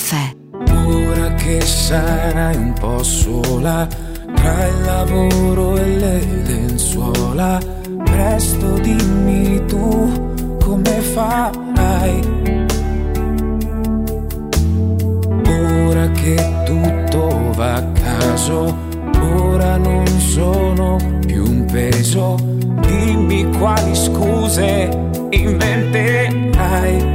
[SPEAKER 1] Caffè.
[SPEAKER 17] Ora che sarai un po' sola tra il lavoro e le lenzuola, presto dimmi tu come farai. Ora che tutto va a caso, ora non sono più un peso, dimmi quali scuse inventerai.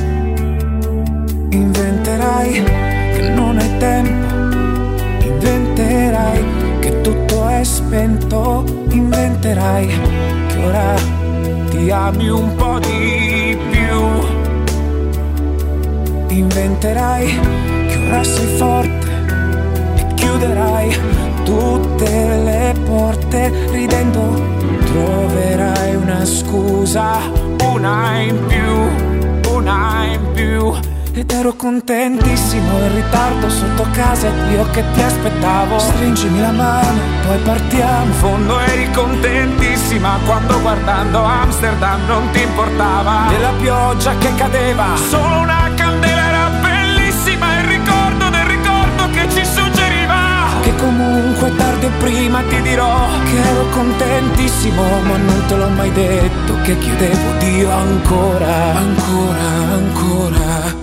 [SPEAKER 17] Inventerai che non hai tempo, inventerai che tutto è spento, inventerai che ora ti ami un po' di più, inventerai che ora sei forte e chiuderai tutte le porte ridendo, troverai una scusa, una in più, una in più. Ed ero contentissimo in ritardo sotto casa ed io che ti aspettavo. Stringimi la mano, poi partiamo. In fondo eri contentissima quando guardando Amsterdam non ti importava della pioggia che cadeva. Solo una candela era bellissima, il ricordo del ricordo che ci suggeriva che comunque tardi o prima ti dirò che ero contentissimo, ma non te l'ho mai detto che chiedevo Dio ancora, ancora, ancora.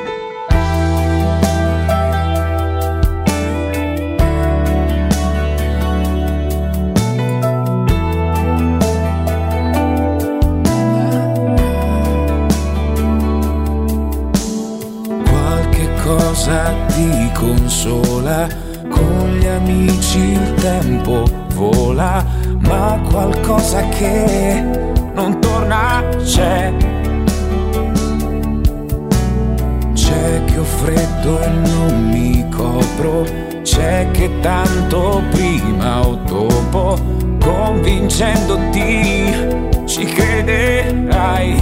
[SPEAKER 17] Cosa ti consola, con gli amici il tempo vola, ma qualcosa che non torna c'è. C'è che ho freddo e non mi copro, c'è che tanto prima o dopo, convincendoti ci crederai,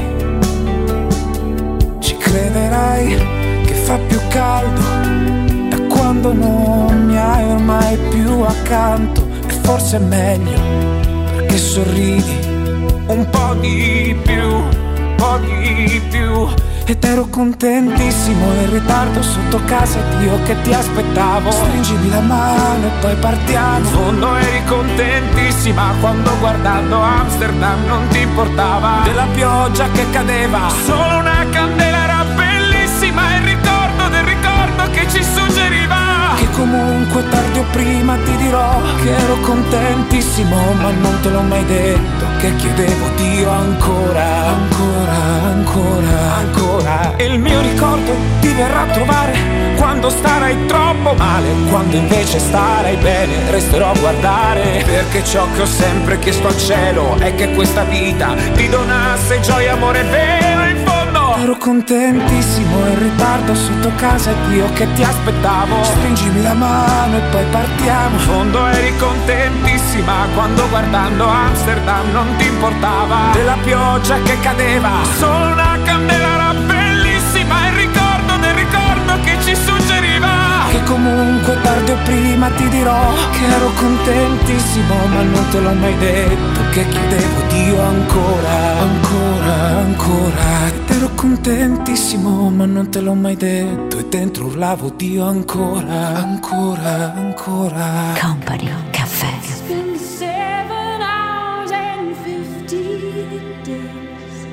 [SPEAKER 17] ci crederai. Fa più caldo da quando non mi hai ormai più accanto, e forse è meglio perché sorridi un po' di più, un po' di più. Ed ero contentissimo in ritardo sotto casa ed io che ti aspettavo. Stringimi la mano e poi partiamo. In fondo eri contentissima quando guardando Amsterdam non ti importava della pioggia che cadeva. Solo una candela era bellissima, il ricordo del ricordo che ci suggeriva che comunque tardi o prima ti dirò che ero contentissimo, ma non te l'ho mai detto che chiedevo Dio ancora, ancora, ancora, ancora. E il mio ricordo ti verrà a trovare quando starai troppo male, quando invece starai bene resterò a guardare, perché ciò che ho sempre chiesto al cielo è che questa vita ti donasse gioia, amore vero. In fondo ero contentissimo in ritardo sotto casa ed io che ti aspettavo. Stringimi la mano e poi partiamo. In fondo eri contentissima quando guardando Amsterdam non ti importava della pioggia che cadeva. Solo una candela era bellissima, il ricordo del ricordo che ci suggeriva che comunque tardi o prima ti dirò che ero contentissimo, ma non te l'ho mai detto che chiedevo Dio ancora, ancora, ancora. Ed ero contentissimo, ma non te l'ho mai detto e dentro urlavo Dio ancora, ancora, ancora.
[SPEAKER 1] Company Caffè.
[SPEAKER 15] It's been seven hours and fifty days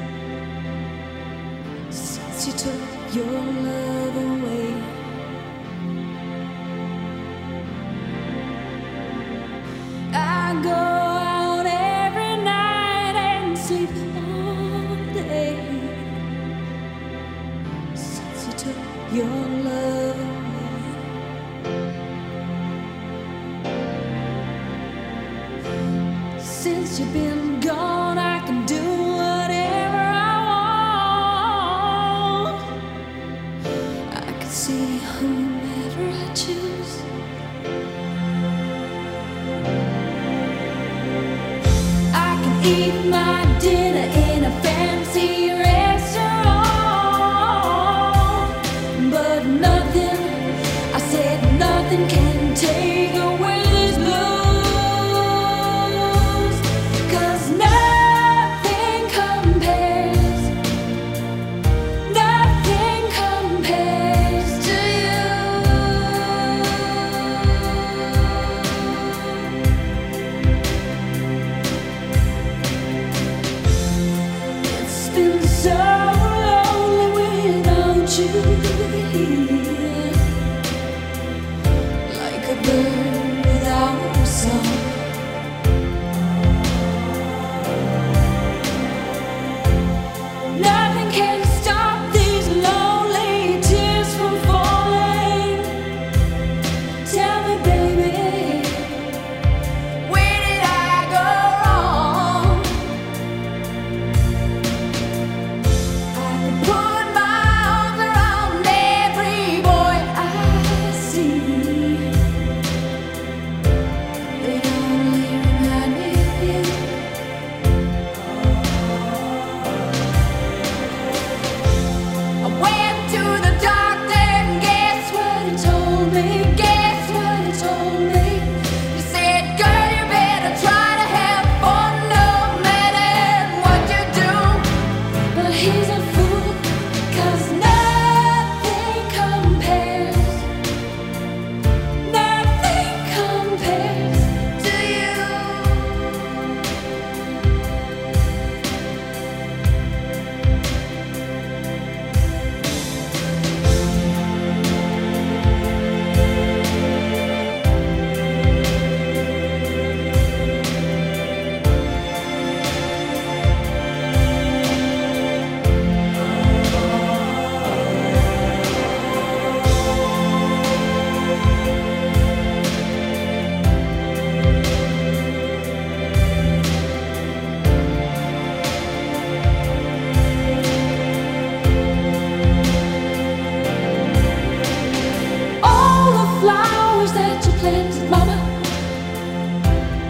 [SPEAKER 15] since you took your love away. I go out every night and sleep all day since you took your love away. Since you've been gone, I can do whatever I want. I can see whomever I choose. I can eat my dinner in a fancy restaurant, but nothing, I said nothing can take away this blues. 'Cause nothing compares, nothing compares to you.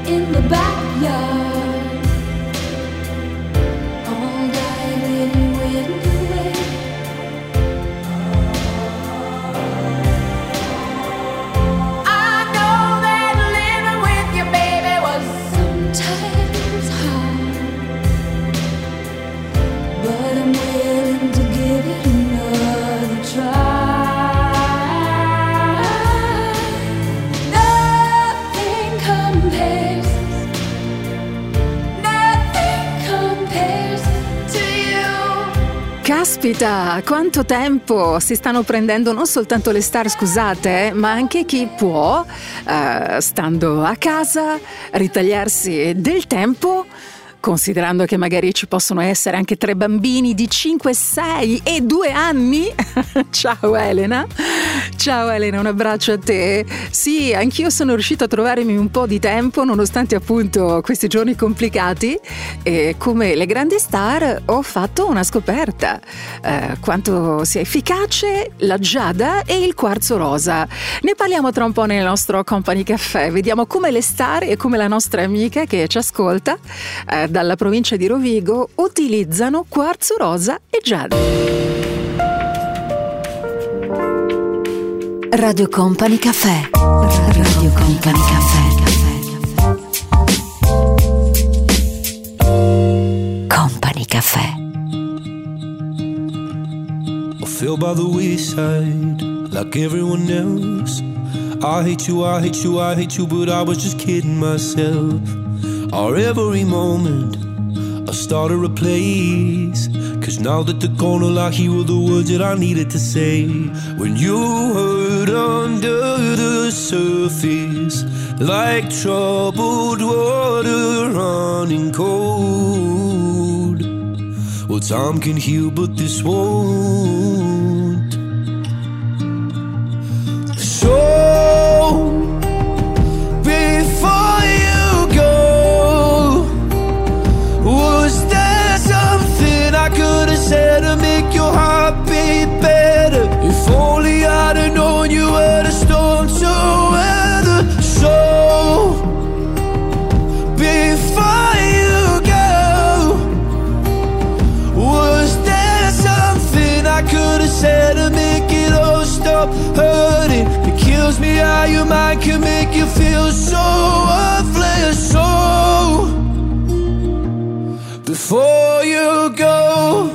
[SPEAKER 15] in the backyard. All night it went away. I know that living with you, baby, was sometimes hard, but I'm willing to give it another try. Nothing compares, nothing compares to you.
[SPEAKER 2] Caspita, quanto tempo si stanno prendendo non soltanto le star, scusate, eh, ma anche chi può, eh, stando a casa, ritagliarsi del tempo, considerando che magari ci possono essere anche tre bambini di cinque, sei e due anni. Ciao Elena. Ciao Elena, un abbraccio a te. Sì, anch'io sono riuscita a trovarmi un po' di tempo nonostante appunto questi giorni complicati, e come le grandi star ho fatto una scoperta, eh, quanto sia efficace la giada e il quarzo rosa. Ne parliamo tra un po' nel nostro Company Café, vediamo come le star e come la nostra amica che ci ascolta eh, dalla provincia di Rovigo utilizzano quarzo rosa e giada.
[SPEAKER 1] Radio Company Café. Radio Company Café. Company Café.
[SPEAKER 14] I fell by the wayside like everyone else. I hate you, I hate you, I hate you, but I was just kidding myself. Our every moment I started a place, 'cause now that they're gone, all I hear were the words that I needed to say. When you hurt under the surface, like troubled water running cold. Well, time can heal, but this won't. So, before you go, was there something I could have said to make your heart beat better? If only I'd have known you were the storm to weather. So, before you go, was there something I could have said to make it all stop hurting? It kills me how your mind can make you feel so worthless. So, before you go,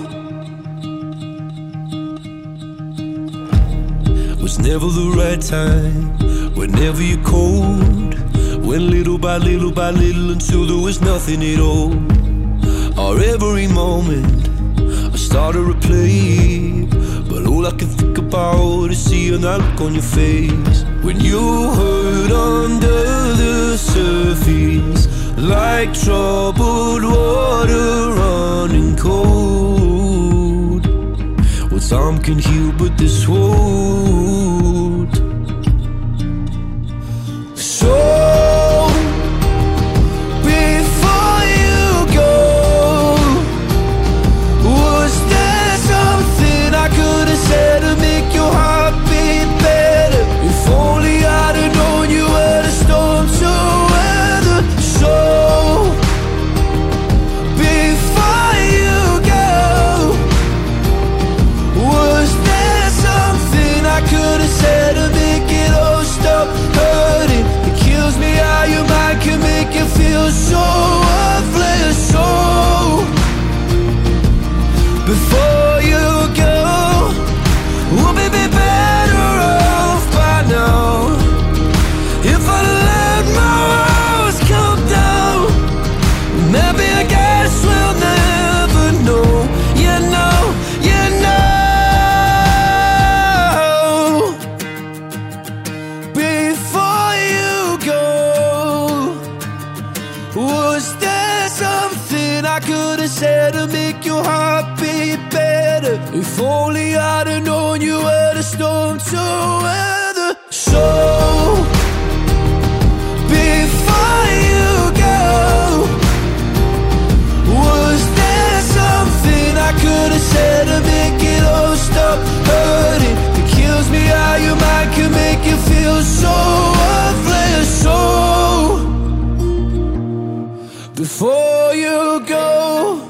[SPEAKER 14] was never the right time, whenever you're cold, went little by little by little until there was nothing at all. Our every moment I started to replay, but all I can think about is seeing that look on your face. When you hurt under the surface, like troubled water running cold. Well, time can heal, but this won't. So, before you go, was there something I could have said to make your heart beat better? If only I'd have known you were the storm to weather. So, before you go, was there something I could have said to make it all stop hurting? It kills me how your mind can make you feel so worthless. So, before you go, we'll be better off by now. If I let my walls come down, maybe I guess we'll never know. You know, you know. Before you go, was there something I could have said to make your heart beat better? If only I'd have known you were the storm to weather. So, before you go, was there something I could have said to make it all stop hurting? It kills me how your mind can make you feel so worthless. So,
[SPEAKER 8] before you go.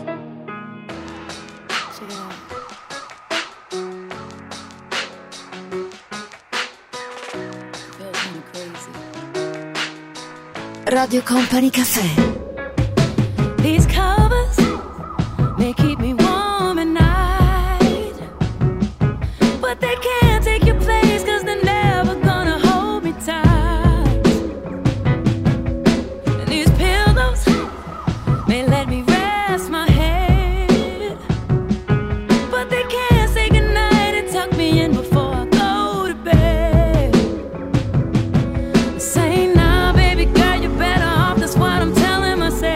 [SPEAKER 1] Radio Company Café.
[SPEAKER 7] These covers may keep me warm at night, but they can't take your place, 'cause they're never gonna hold me tight. And these pillows may let me rest my head, but they can't say goodnight and tuck me in before I go to bed. Say now, baby girl, you're better off, that's what I'm telling myself.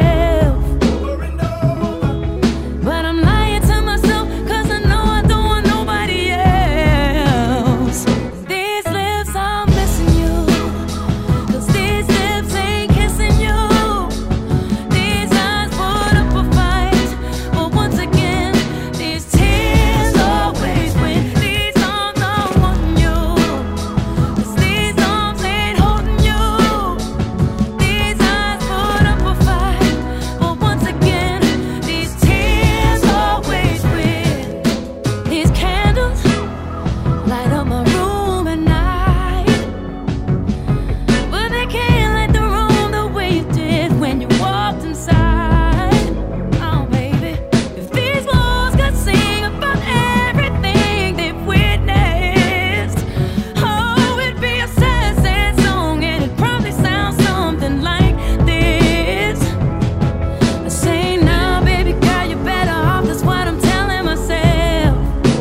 [SPEAKER 7] But I'm lying to myself, 'cause I know I don't want nobody else. These lips, I'm missing you, 'cause these lips ain't kissing you. These eyes put up a fight, but once again, these tears always win. These arms don't want you, 'cause these arms ain't holding you. These eyes put up a fight, but once again, these tears always win. These candles light up my room at night, but they can't light the room the way you did when you walked inside. Oh baby, if these walls could sing about everything they've witnessed, oh, it'd be a sad, sad song, and it'd probably sound something like this. I say now, baby girl, you're better off, that's what I'm telling myself.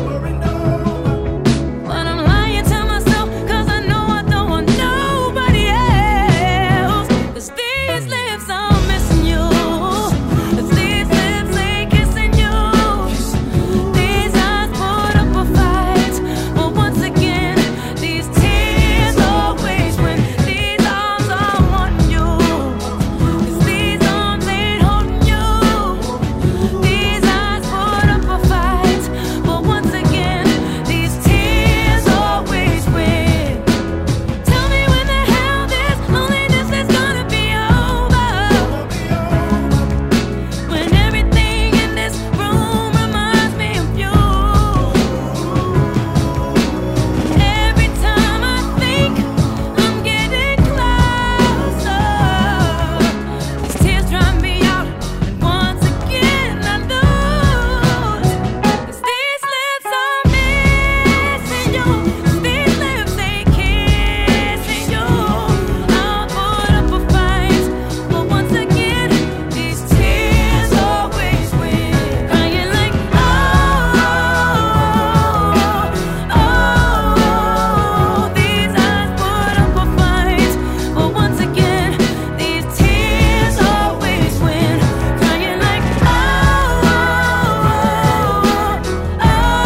[SPEAKER 7] But I'm lying to myself, 'cause I know I don't want nobody else. 'Cause these lips, I'm missing you, 'cause these lips ain't kissing you. These eyes put up a fight, but once again, these tears always win. These arms are wanting you, 'cause these arms ain't holding you. These eyes put up a fight, but once again, these tears always win. Tell me when the hell this loneliness is gonna be over, when everything in this room reminds me of you. Every time I think I'm getting closer, these tears dry me out, and once again I lose. 'Cause these lips are missing you, 'cause these lips ain't kissing you. I'll put up a fight, but once again, these tears always win. Crying like, oh, oh, these eyes put up a fight, but once again, these tears always win. Crying like, oh, oh,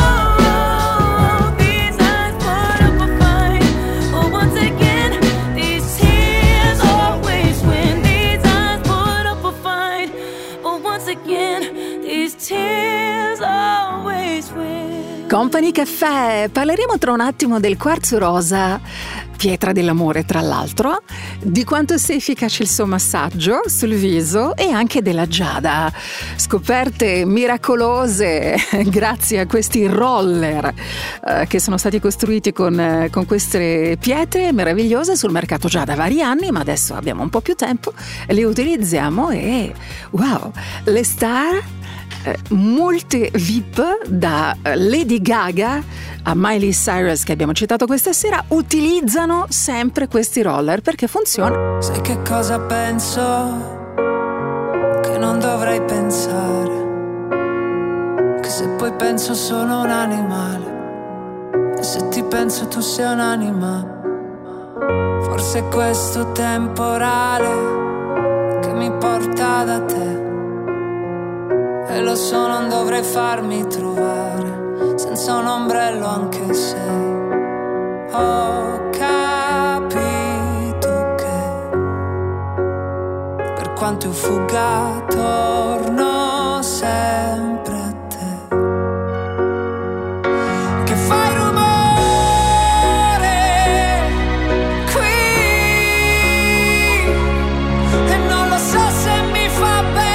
[SPEAKER 7] these eyes put up a fight, but once again, these tears always win. These eyes put up a fight, but once again, these tears always win.
[SPEAKER 2] Company Café, parleremo tra un attimo del quarzo rosa, pietra dell'amore tra l'altro, di quanto sia efficace il suo massaggio sul viso e anche della giada. Scoperte miracolose grazie a questi roller eh, che sono stati costruiti con, eh, con queste pietre meravigliose sul mercato già da vari anni, ma adesso abbiamo un po' più tempo, le utilizziamo e wow, le star, eh, molte V I P da eh, Lady Gaga a Miley Cyrus che abbiamo citato questa sera utilizzano sempre questi roller perché funziona.
[SPEAKER 17] Sai che cosa penso? Che non dovrei pensare, che se poi penso sono un animale, e se ti penso tu sei un'anima. Forse è questo temporale che mi porta da te, e lo so non dovrei farmi trovare senza un ombrello, anche se ho capito che per quanto io fugga torno sempre a te, che fai rumore qui e non lo so se mi fa bene.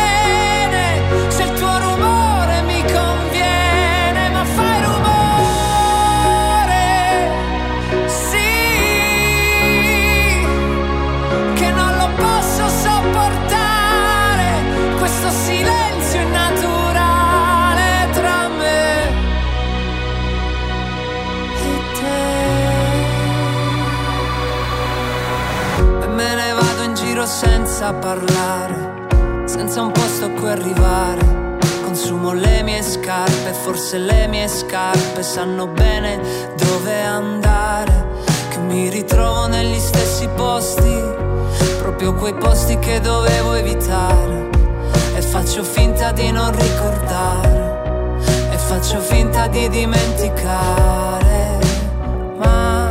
[SPEAKER 11] senza parlare, senza un posto a cui arrivare. Consumo le mie scarpe, forse le mie scarpe sanno bene dove andare. Che mi ritrovo negli stessi posti, proprio quei posti che dovevo evitare. E faccio finta di non ricordare, e faccio finta di dimenticare. Ma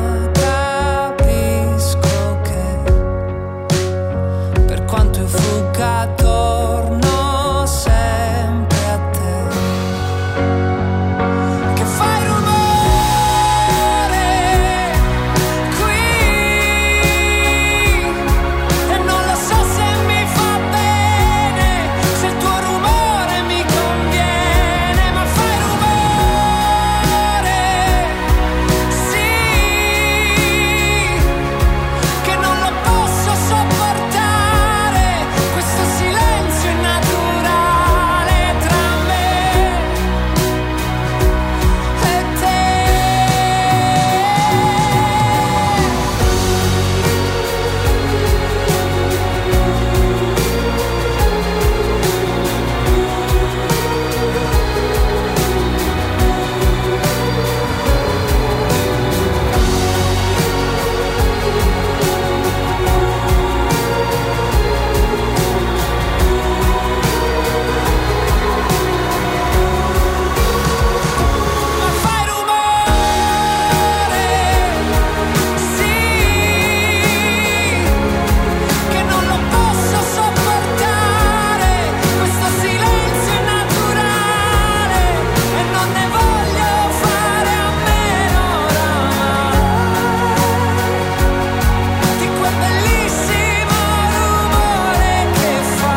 [SPEAKER 11] capisco che per quanto io fugga torno sempre a te. Che fai rumore qui e non lo so se mi fa bene, se il tuo rumore mi conviene, ma fai rumore, sì, che non lo posso sopportare, questo silenzio è naturale tra me e te. Ma fai rumore, sì, che non lo posso sopportare, questo silenzio è naturale e non ne voglio fare a meno oramai, di quel bellissimo rumore che fa.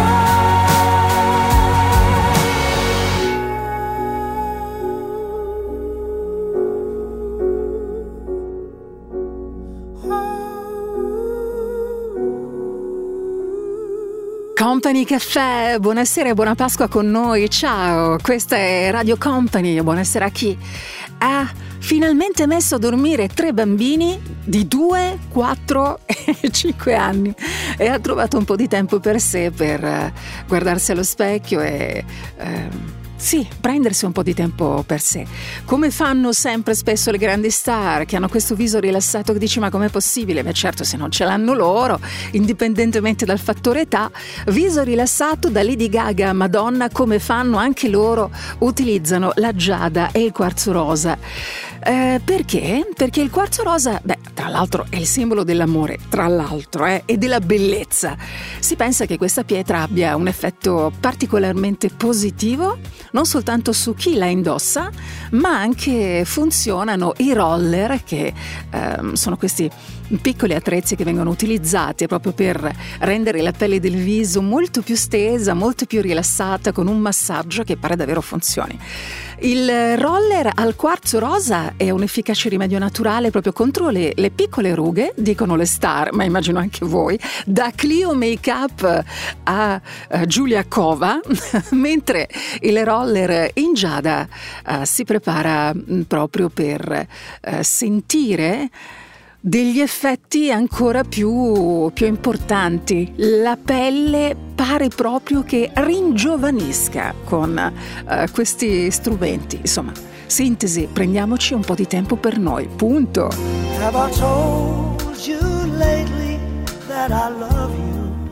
[SPEAKER 2] Company Caffè, buonasera e buona Pasqua con noi, ciao, questa è Radio Company, buonasera a chi ha finalmente messo a dormire tre bambini di due, quattro e cinque anni e ha trovato un po' di tempo per sé, per eh, guardarsi allo specchio e... eh, Sì, prendersi un po' di tempo per sé, come fanno sempre spesso le grandi star che hanno questo viso rilassato che dici ma com'è possibile? Beh certo, se non ce l'hanno loro, indipendentemente dal fattore età, viso rilassato da Lady Gaga a Madonna, come fanno anche loro, utilizzano la giada e il quarzo rosa. Eh, perché? Perché il quarzo rosa, beh, tra l'altro è il simbolo dell'amore, tra l'altro, eh, e della bellezza. Si pensa che questa pietra abbia un effetto particolarmente positivo, non soltanto su chi la indossa, ma anche funzionano i roller, che ehm, sono questi piccoli attrezzi che vengono utilizzati proprio per rendere la pelle del viso molto più stesa, molto più rilassata, con un massaggio che pare davvero funzioni. Il roller al quarzo rosa è un efficace rimedio naturale proprio contro le, le piccole rughe, dicono le star, ma immagino anche voi, da Clio Makeup a uh, Giulia Cova, mentre il roller in giada uh, si prepara mh, proprio per uh, sentire degli effetti ancora più, più importanti. La pelle pare proprio che ringiovanisca con uh, questi strumenti. Insomma, sintesi, prendiamoci un po' di tempo per noi, punto.
[SPEAKER 13] Have I told you lately that I love you?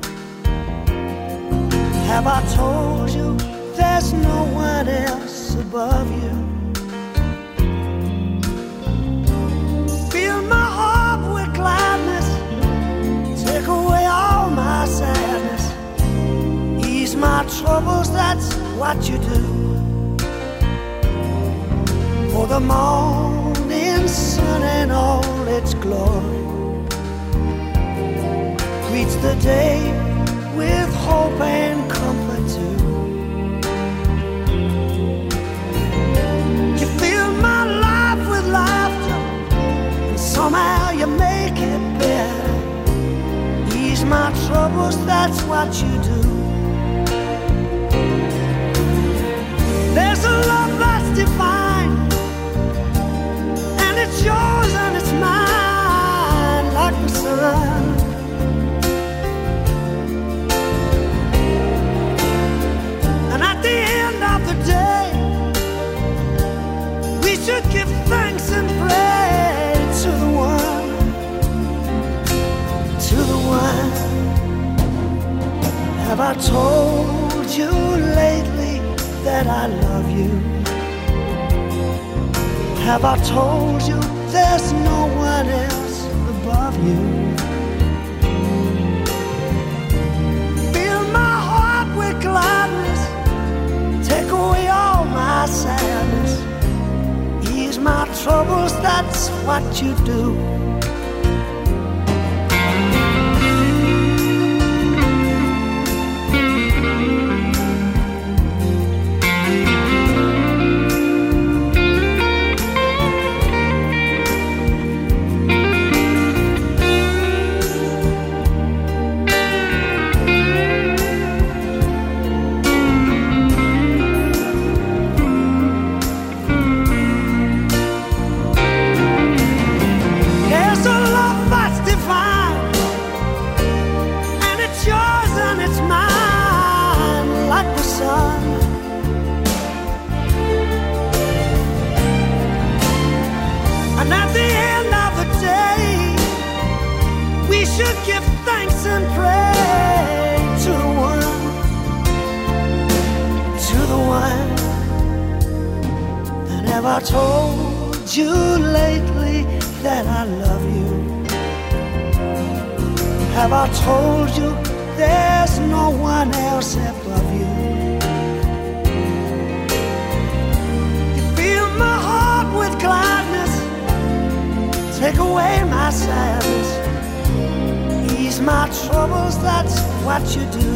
[SPEAKER 13] Have I told you there's no one else above you? Fill my heart with gladness, take away all my sadness, ease my troubles, that's what you do. For the morning sun and all its glory greets the day with hope and comfort too. You fill my life with laughter, and somehow you make it better. Ease my troubles, that's what you do. There's a love that's divine, and it's yours and it's mine, like the sun.
[SPEAKER 5] Have I told you lately that I love you? Have I told you there's no one else above you? Fill my heart with gladness, take away all my sadness, ease my troubles, that's what you do. Should give thanks and pray to the one, to the one that have I told you lately that I love you? Have I told you there's no one else above you? You fill my heart with gladness, take away my sadness, ease my troubles, that's what you do.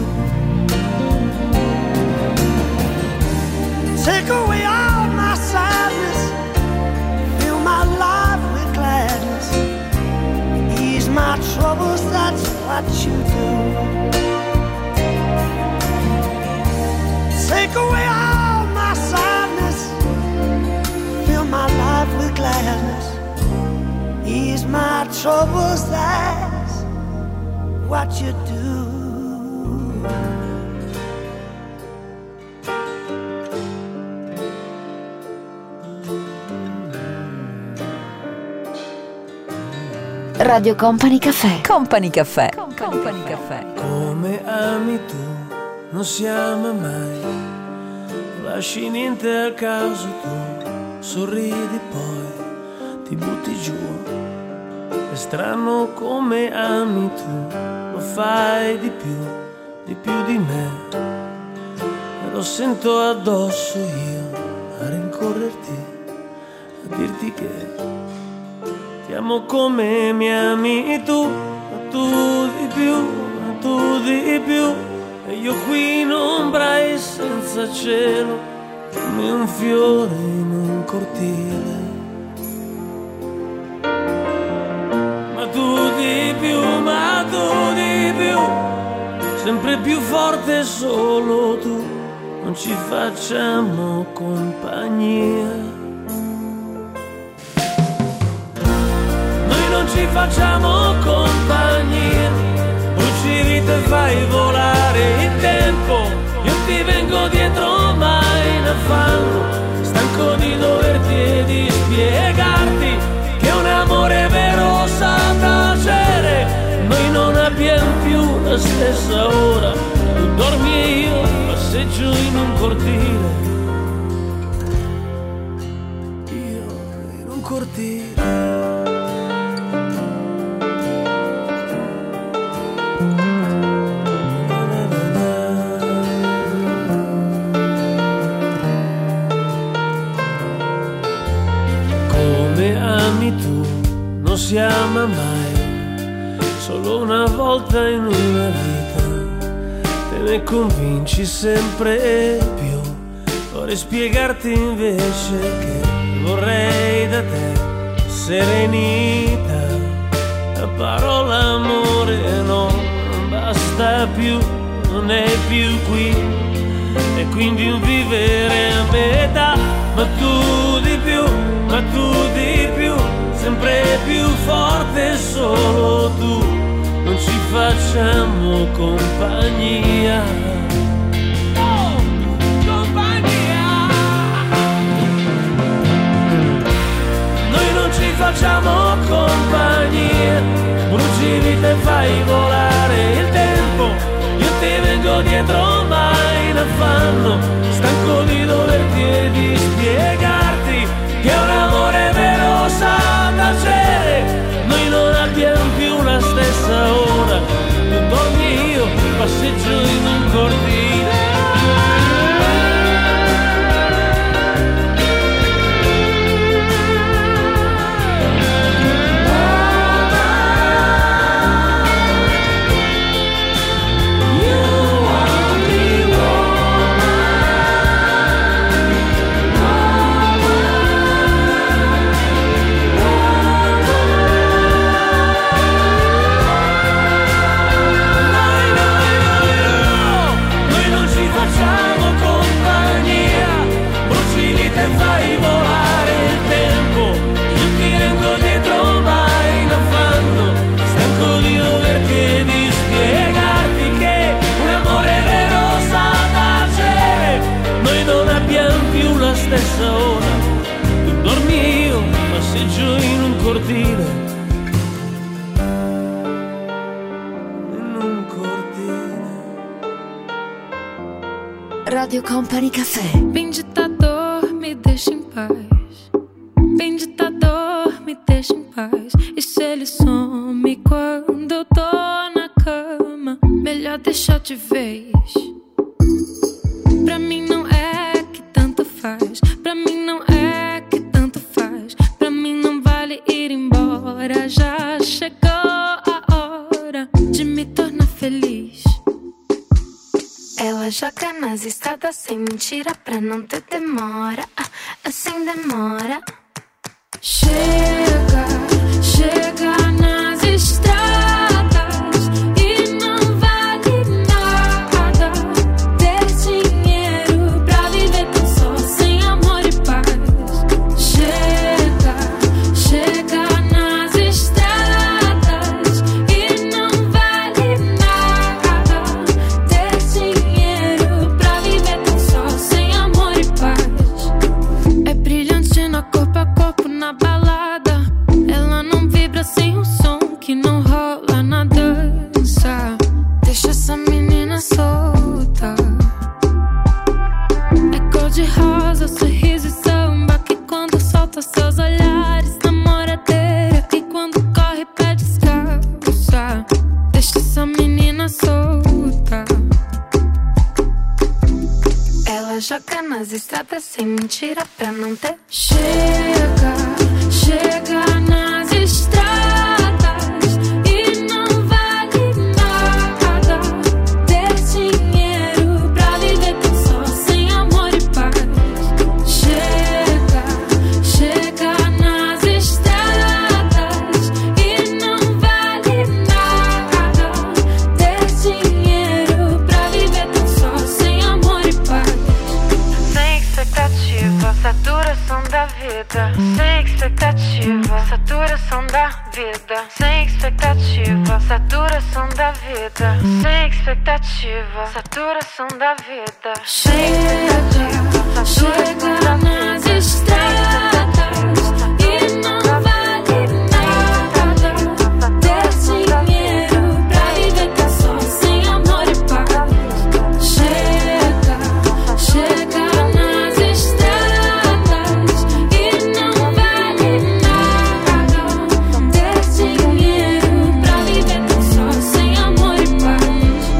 [SPEAKER 5] Take away all my sadness, fill my life with gladness, ease my troubles, that's what you do. Take away all my sadness, fill my life with gladness, ease my troubles, that's what you do.
[SPEAKER 1] Radio Company Cafè. Company Cafè. Company Cafè.
[SPEAKER 6] Come ami tu, non si ama mai. Lasci niente al caso tu, sorridi poi ti butti giù. È strano come ami tu, lo fai di più, di più di me. E lo sento addosso io a rincorrerti, a dirti che ti amo come mi ami tu, ma tu di più, ma tu di più. E io qui in ombra e senza cielo, come un fiore in un cortile. Ma tu di più, ma tu di più, sempre più forte solo tu, non ci facciamo compagnia. Non ci facciamo compagnia, bruci vite e fai volare il tempo. Io ti vengo dietro ma in affanno, stanco di doverti e di spiegarti che un amore vero sa tacere. Noi non abbiamo più la stessa ora, tu dormi e io passeggio in un cortile. Io in un cortile. Non si ama mai, solo una volta in una vita, te ne convinci sempre più. Vorrei spiegarti invece che vorrei da te serenità. La parola amore no, non basta più, non è più qui, e quindi un vivere a metà. Ma tu di più, ma tu di più, sempre più forte solo tu, non ci facciamo compagnia. Oh, compagnia. Noi non ci facciamo compagnia, bruci vite e fai volare il tempo. Io ti vengo
[SPEAKER 18] tengo dietro mai in affanno, stanco di doverti e di spiegarti che un amore vero sa tacere, noi non abbiamo più la stessa ora, tu dormi io passeggio in un cortile. Fai volare il tempo, io ti rendo dietro mai in affanno, stanco di doverti e di spiegarti che un amore vero sa tacere, noi non abbiamo più la stessa ora, tu dormi io passeggio in un cortile, in un cortile.
[SPEAKER 1] Radio Company Café.
[SPEAKER 15] Bem ditador, me deixa em paz. Bem ditador, me deixa em paz. E se ele some quando eu tô na cama, melhor deixar de vez. Pra mim não é que tanto faz. Pra mim não é que tanto faz. Pra mim não vale ir embora. Já chegou a hora de me tornar feliz. Ela joga nas estradas sem mentira pra não ter demora, assim demora. Chega, chega nas estradas e não vale nada ter dinheiro pra viver tão só sem amor e paz. Chega, chega nas estradas e não vale nada ter dinheiro pra viver tão só sem amor e paz. É brilhante na corpo a corpo na balada, ela não vibra sem o som que não rola na dança. Deixa essa menina solta. É cor de rosa, sorriso e samba que quando solta seus olhares namoradeira e quando corre pede descalça. Deixa essa menina solta. Ela joga nas estradas sem mentira pra não ter. Chega, chega nas estradas e não vale nada ter dinheiro pra viver tão só sem amor e paz. Chega, chega nas estradas e não vale nada ter dinheiro pra viver tão só sem amor e paz. Sem expectativa, saturação da vida. Sem expectativa, saturação da vida. Sem expectativa, saturação da vida. Sem expectativa, saturação da vida. Chega, chega nas estradas e não vale nada ter dinheiro pra viver tão só sem amor e paz. Chega, chega nas estradas e não vale nada ter dinheiro pra viver tão só sem amor e paz.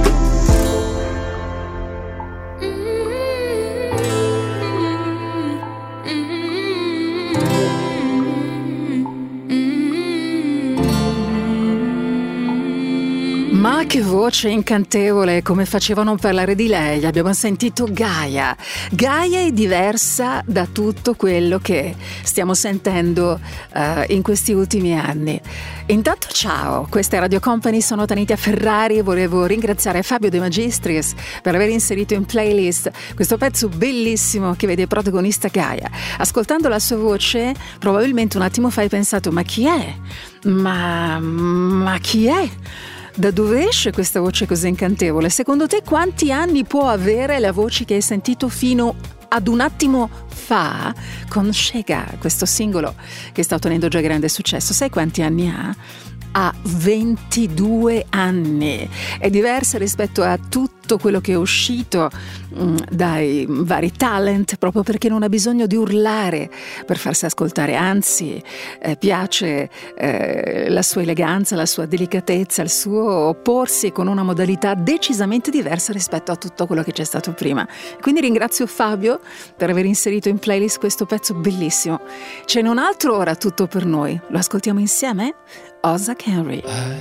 [SPEAKER 2] Ma che voce incantevole, come faceva a non parlare di lei. Abbiamo sentito Gaia. Gaia è diversa da tutto quello che stiamo sentendo uh, in questi ultimi anni. Intanto ciao, questa è Radio Company, sono Tanita Ferrari e volevo ringraziare Fabio De Magistris per aver inserito in playlist questo pezzo bellissimo che vede protagonista Gaia. Ascoltando la sua voce probabilmente un attimo fa hai pensato ma chi è? Ma, ma chi è? Da dove esce questa voce così incantevole? Secondo te quanti anni può avere la voce che hai sentito fino ad un attimo fa con Shega, questo singolo che sta ottenendo già grande successo? Sai quanti anni ha? Ha ventidue anni. È diversa rispetto a tutti tutto quello che è uscito mh, dai vari talent, proprio perché non ha bisogno di urlare per farsi ascoltare, anzi eh, piace eh, la sua eleganza, la sua delicatezza, il suo opporsi con una modalità decisamente diversa rispetto a tutto quello che c'è stato prima. Quindi ringrazio Fabio per aver inserito in playlist questo pezzo bellissimo. Ce n'è un altro ora, tutto per noi, lo ascoltiamo insieme? Ozak Henry.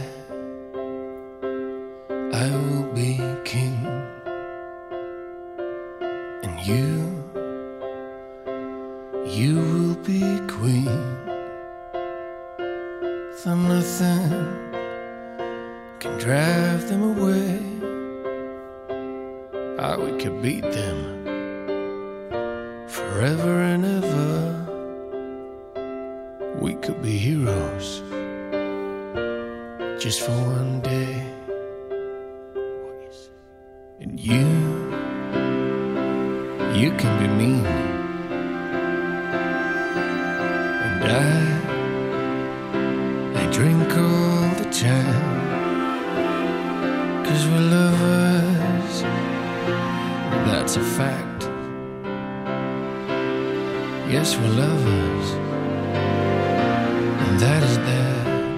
[SPEAKER 14] I will be king, and you, you will be queen. For nothing can drive them away. Ah, we could beat them forever and ever. We could be heroes just for one day. And you, you can be mean, and I, I drink all the time, 'cause we're lovers, that's a fact. Yes, we're lovers, and that is that.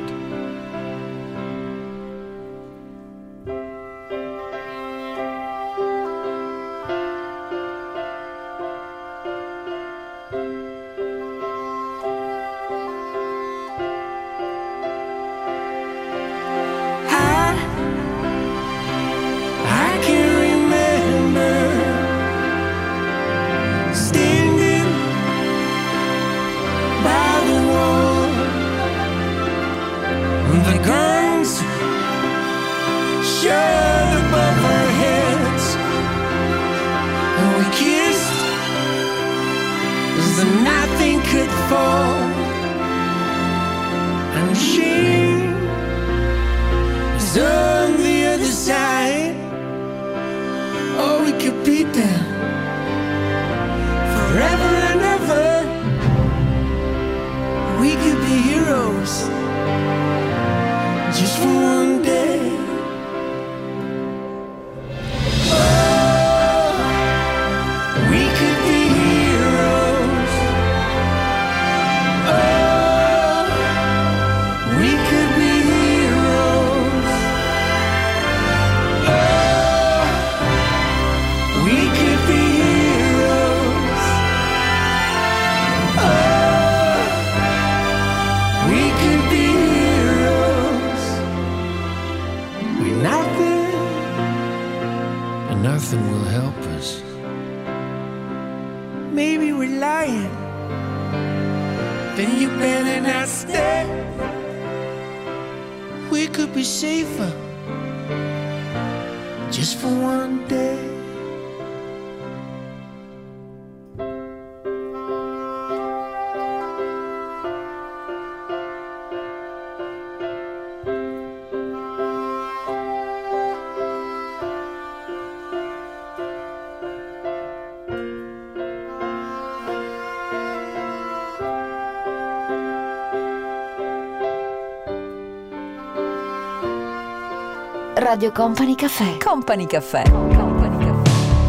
[SPEAKER 1] Radio Company Cafè. Company Cafè. Company Cafè.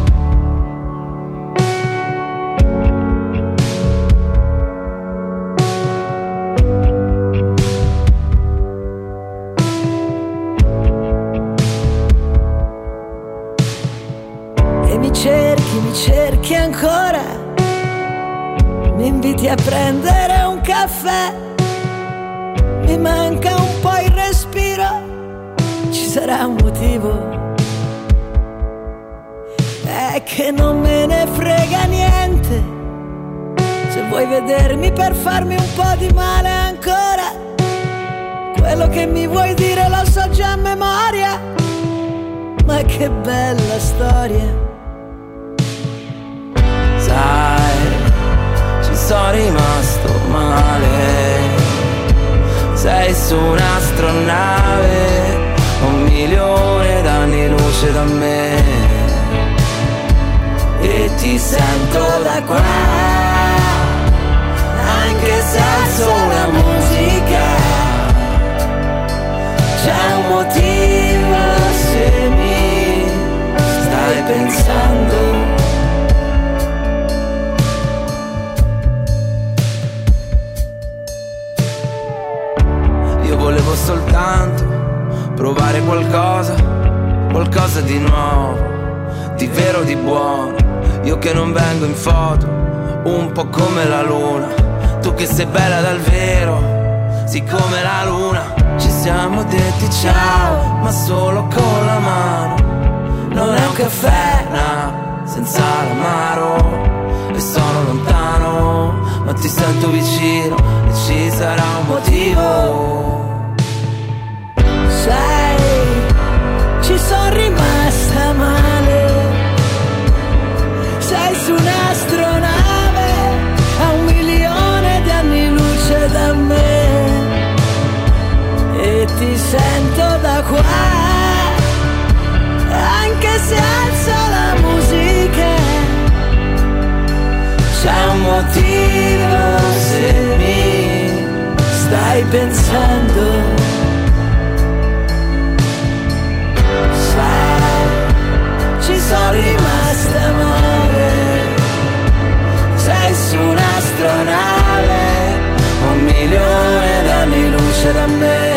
[SPEAKER 11] E mi cerchi, mi cerchi ancora. Mi inviti a prendere un caffè. Mi manca un po' il respiro. Ci sarà un motivo, è che non me ne frega niente. Se vuoi vedermi per farmi un po' di male ancora, quello che mi vuoi dire lo so già a memoria. Ma che bella storia.
[SPEAKER 19] Sai, ci sono rimasto male. Sei su un'astronave, un milione d'anni luce da me, e ti sento da qua, anche se alzo la musica. C'è un motivo se mi stai pensando? Io volevo soltanto provare qualcosa, qualcosa di nuovo, di vero, di buono. Io che non vengo in foto, un po' come la luna. Tu che sei bella dal vero, sì come la luna. Ci siamo detti ciao, ma solo con la mano. Non è un caffè, no, senza l'amaro. E sono lontano, ma ti sento vicino e ci sarà un motivo.
[SPEAKER 5] Sai, ci sono rimasta male. Sei su un'astronave a un milione di anni luce da me. E ti sento da qua, anche se alzo la musica. C'è un motivo se mi stai pensando. Ci sono rimasta male. Sei su un'astronave, un milione d'anni luce da me.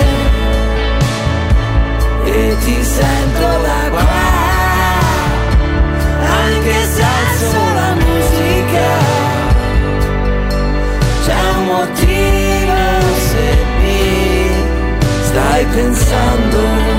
[SPEAKER 5] E ti sento da qua, anche se alzo la musica. C'è un motivo se mi stai pensando.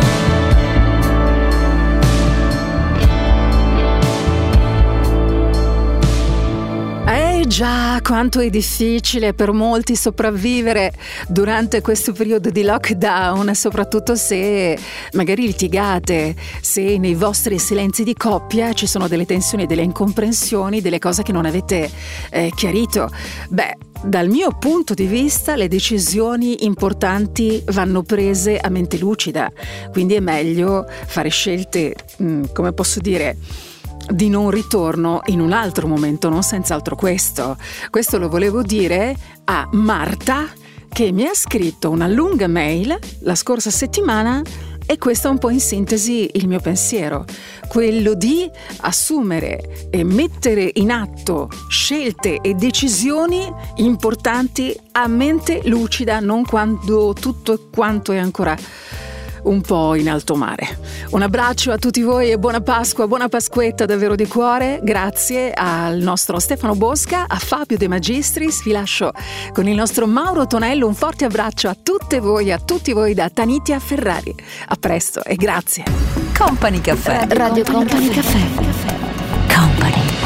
[SPEAKER 2] Già, quanto è difficile per molti sopravvivere durante questo periodo di lockdown, soprattutto se magari litigate, se nei vostri silenzi di coppia ci sono delle tensioni, delle incomprensioni, delle cose che non avete eh, chiarito. Beh, dal mio punto di vista le decisioni importanti vanno prese a mente lucida, quindi è meglio fare scelte, mh, come posso dire, di non ritorno in un altro momento, non senz'altro questo. Questo lo volevo dire a Marta, che mi ha scritto una lunga mail la scorsa settimana, e questo è un po' in sintesi il mio pensiero, quello di assumere e mettere in atto scelte e decisioni importanti a mente lucida, non quando tutto quanto è ancora un po' in alto mare. Un abbraccio a tutti voi e buona Pasqua, buona Pasquetta davvero di cuore. Grazie al nostro Stefano Bosca, a Fabio De Magistris. Vi lascio con il nostro Mauro Tonello. Un forte abbraccio a tutte voi, a tutti voi da Tanitia Ferrari. A presto e grazie.
[SPEAKER 1] Company Caffè. Radio Company Caffè. Company.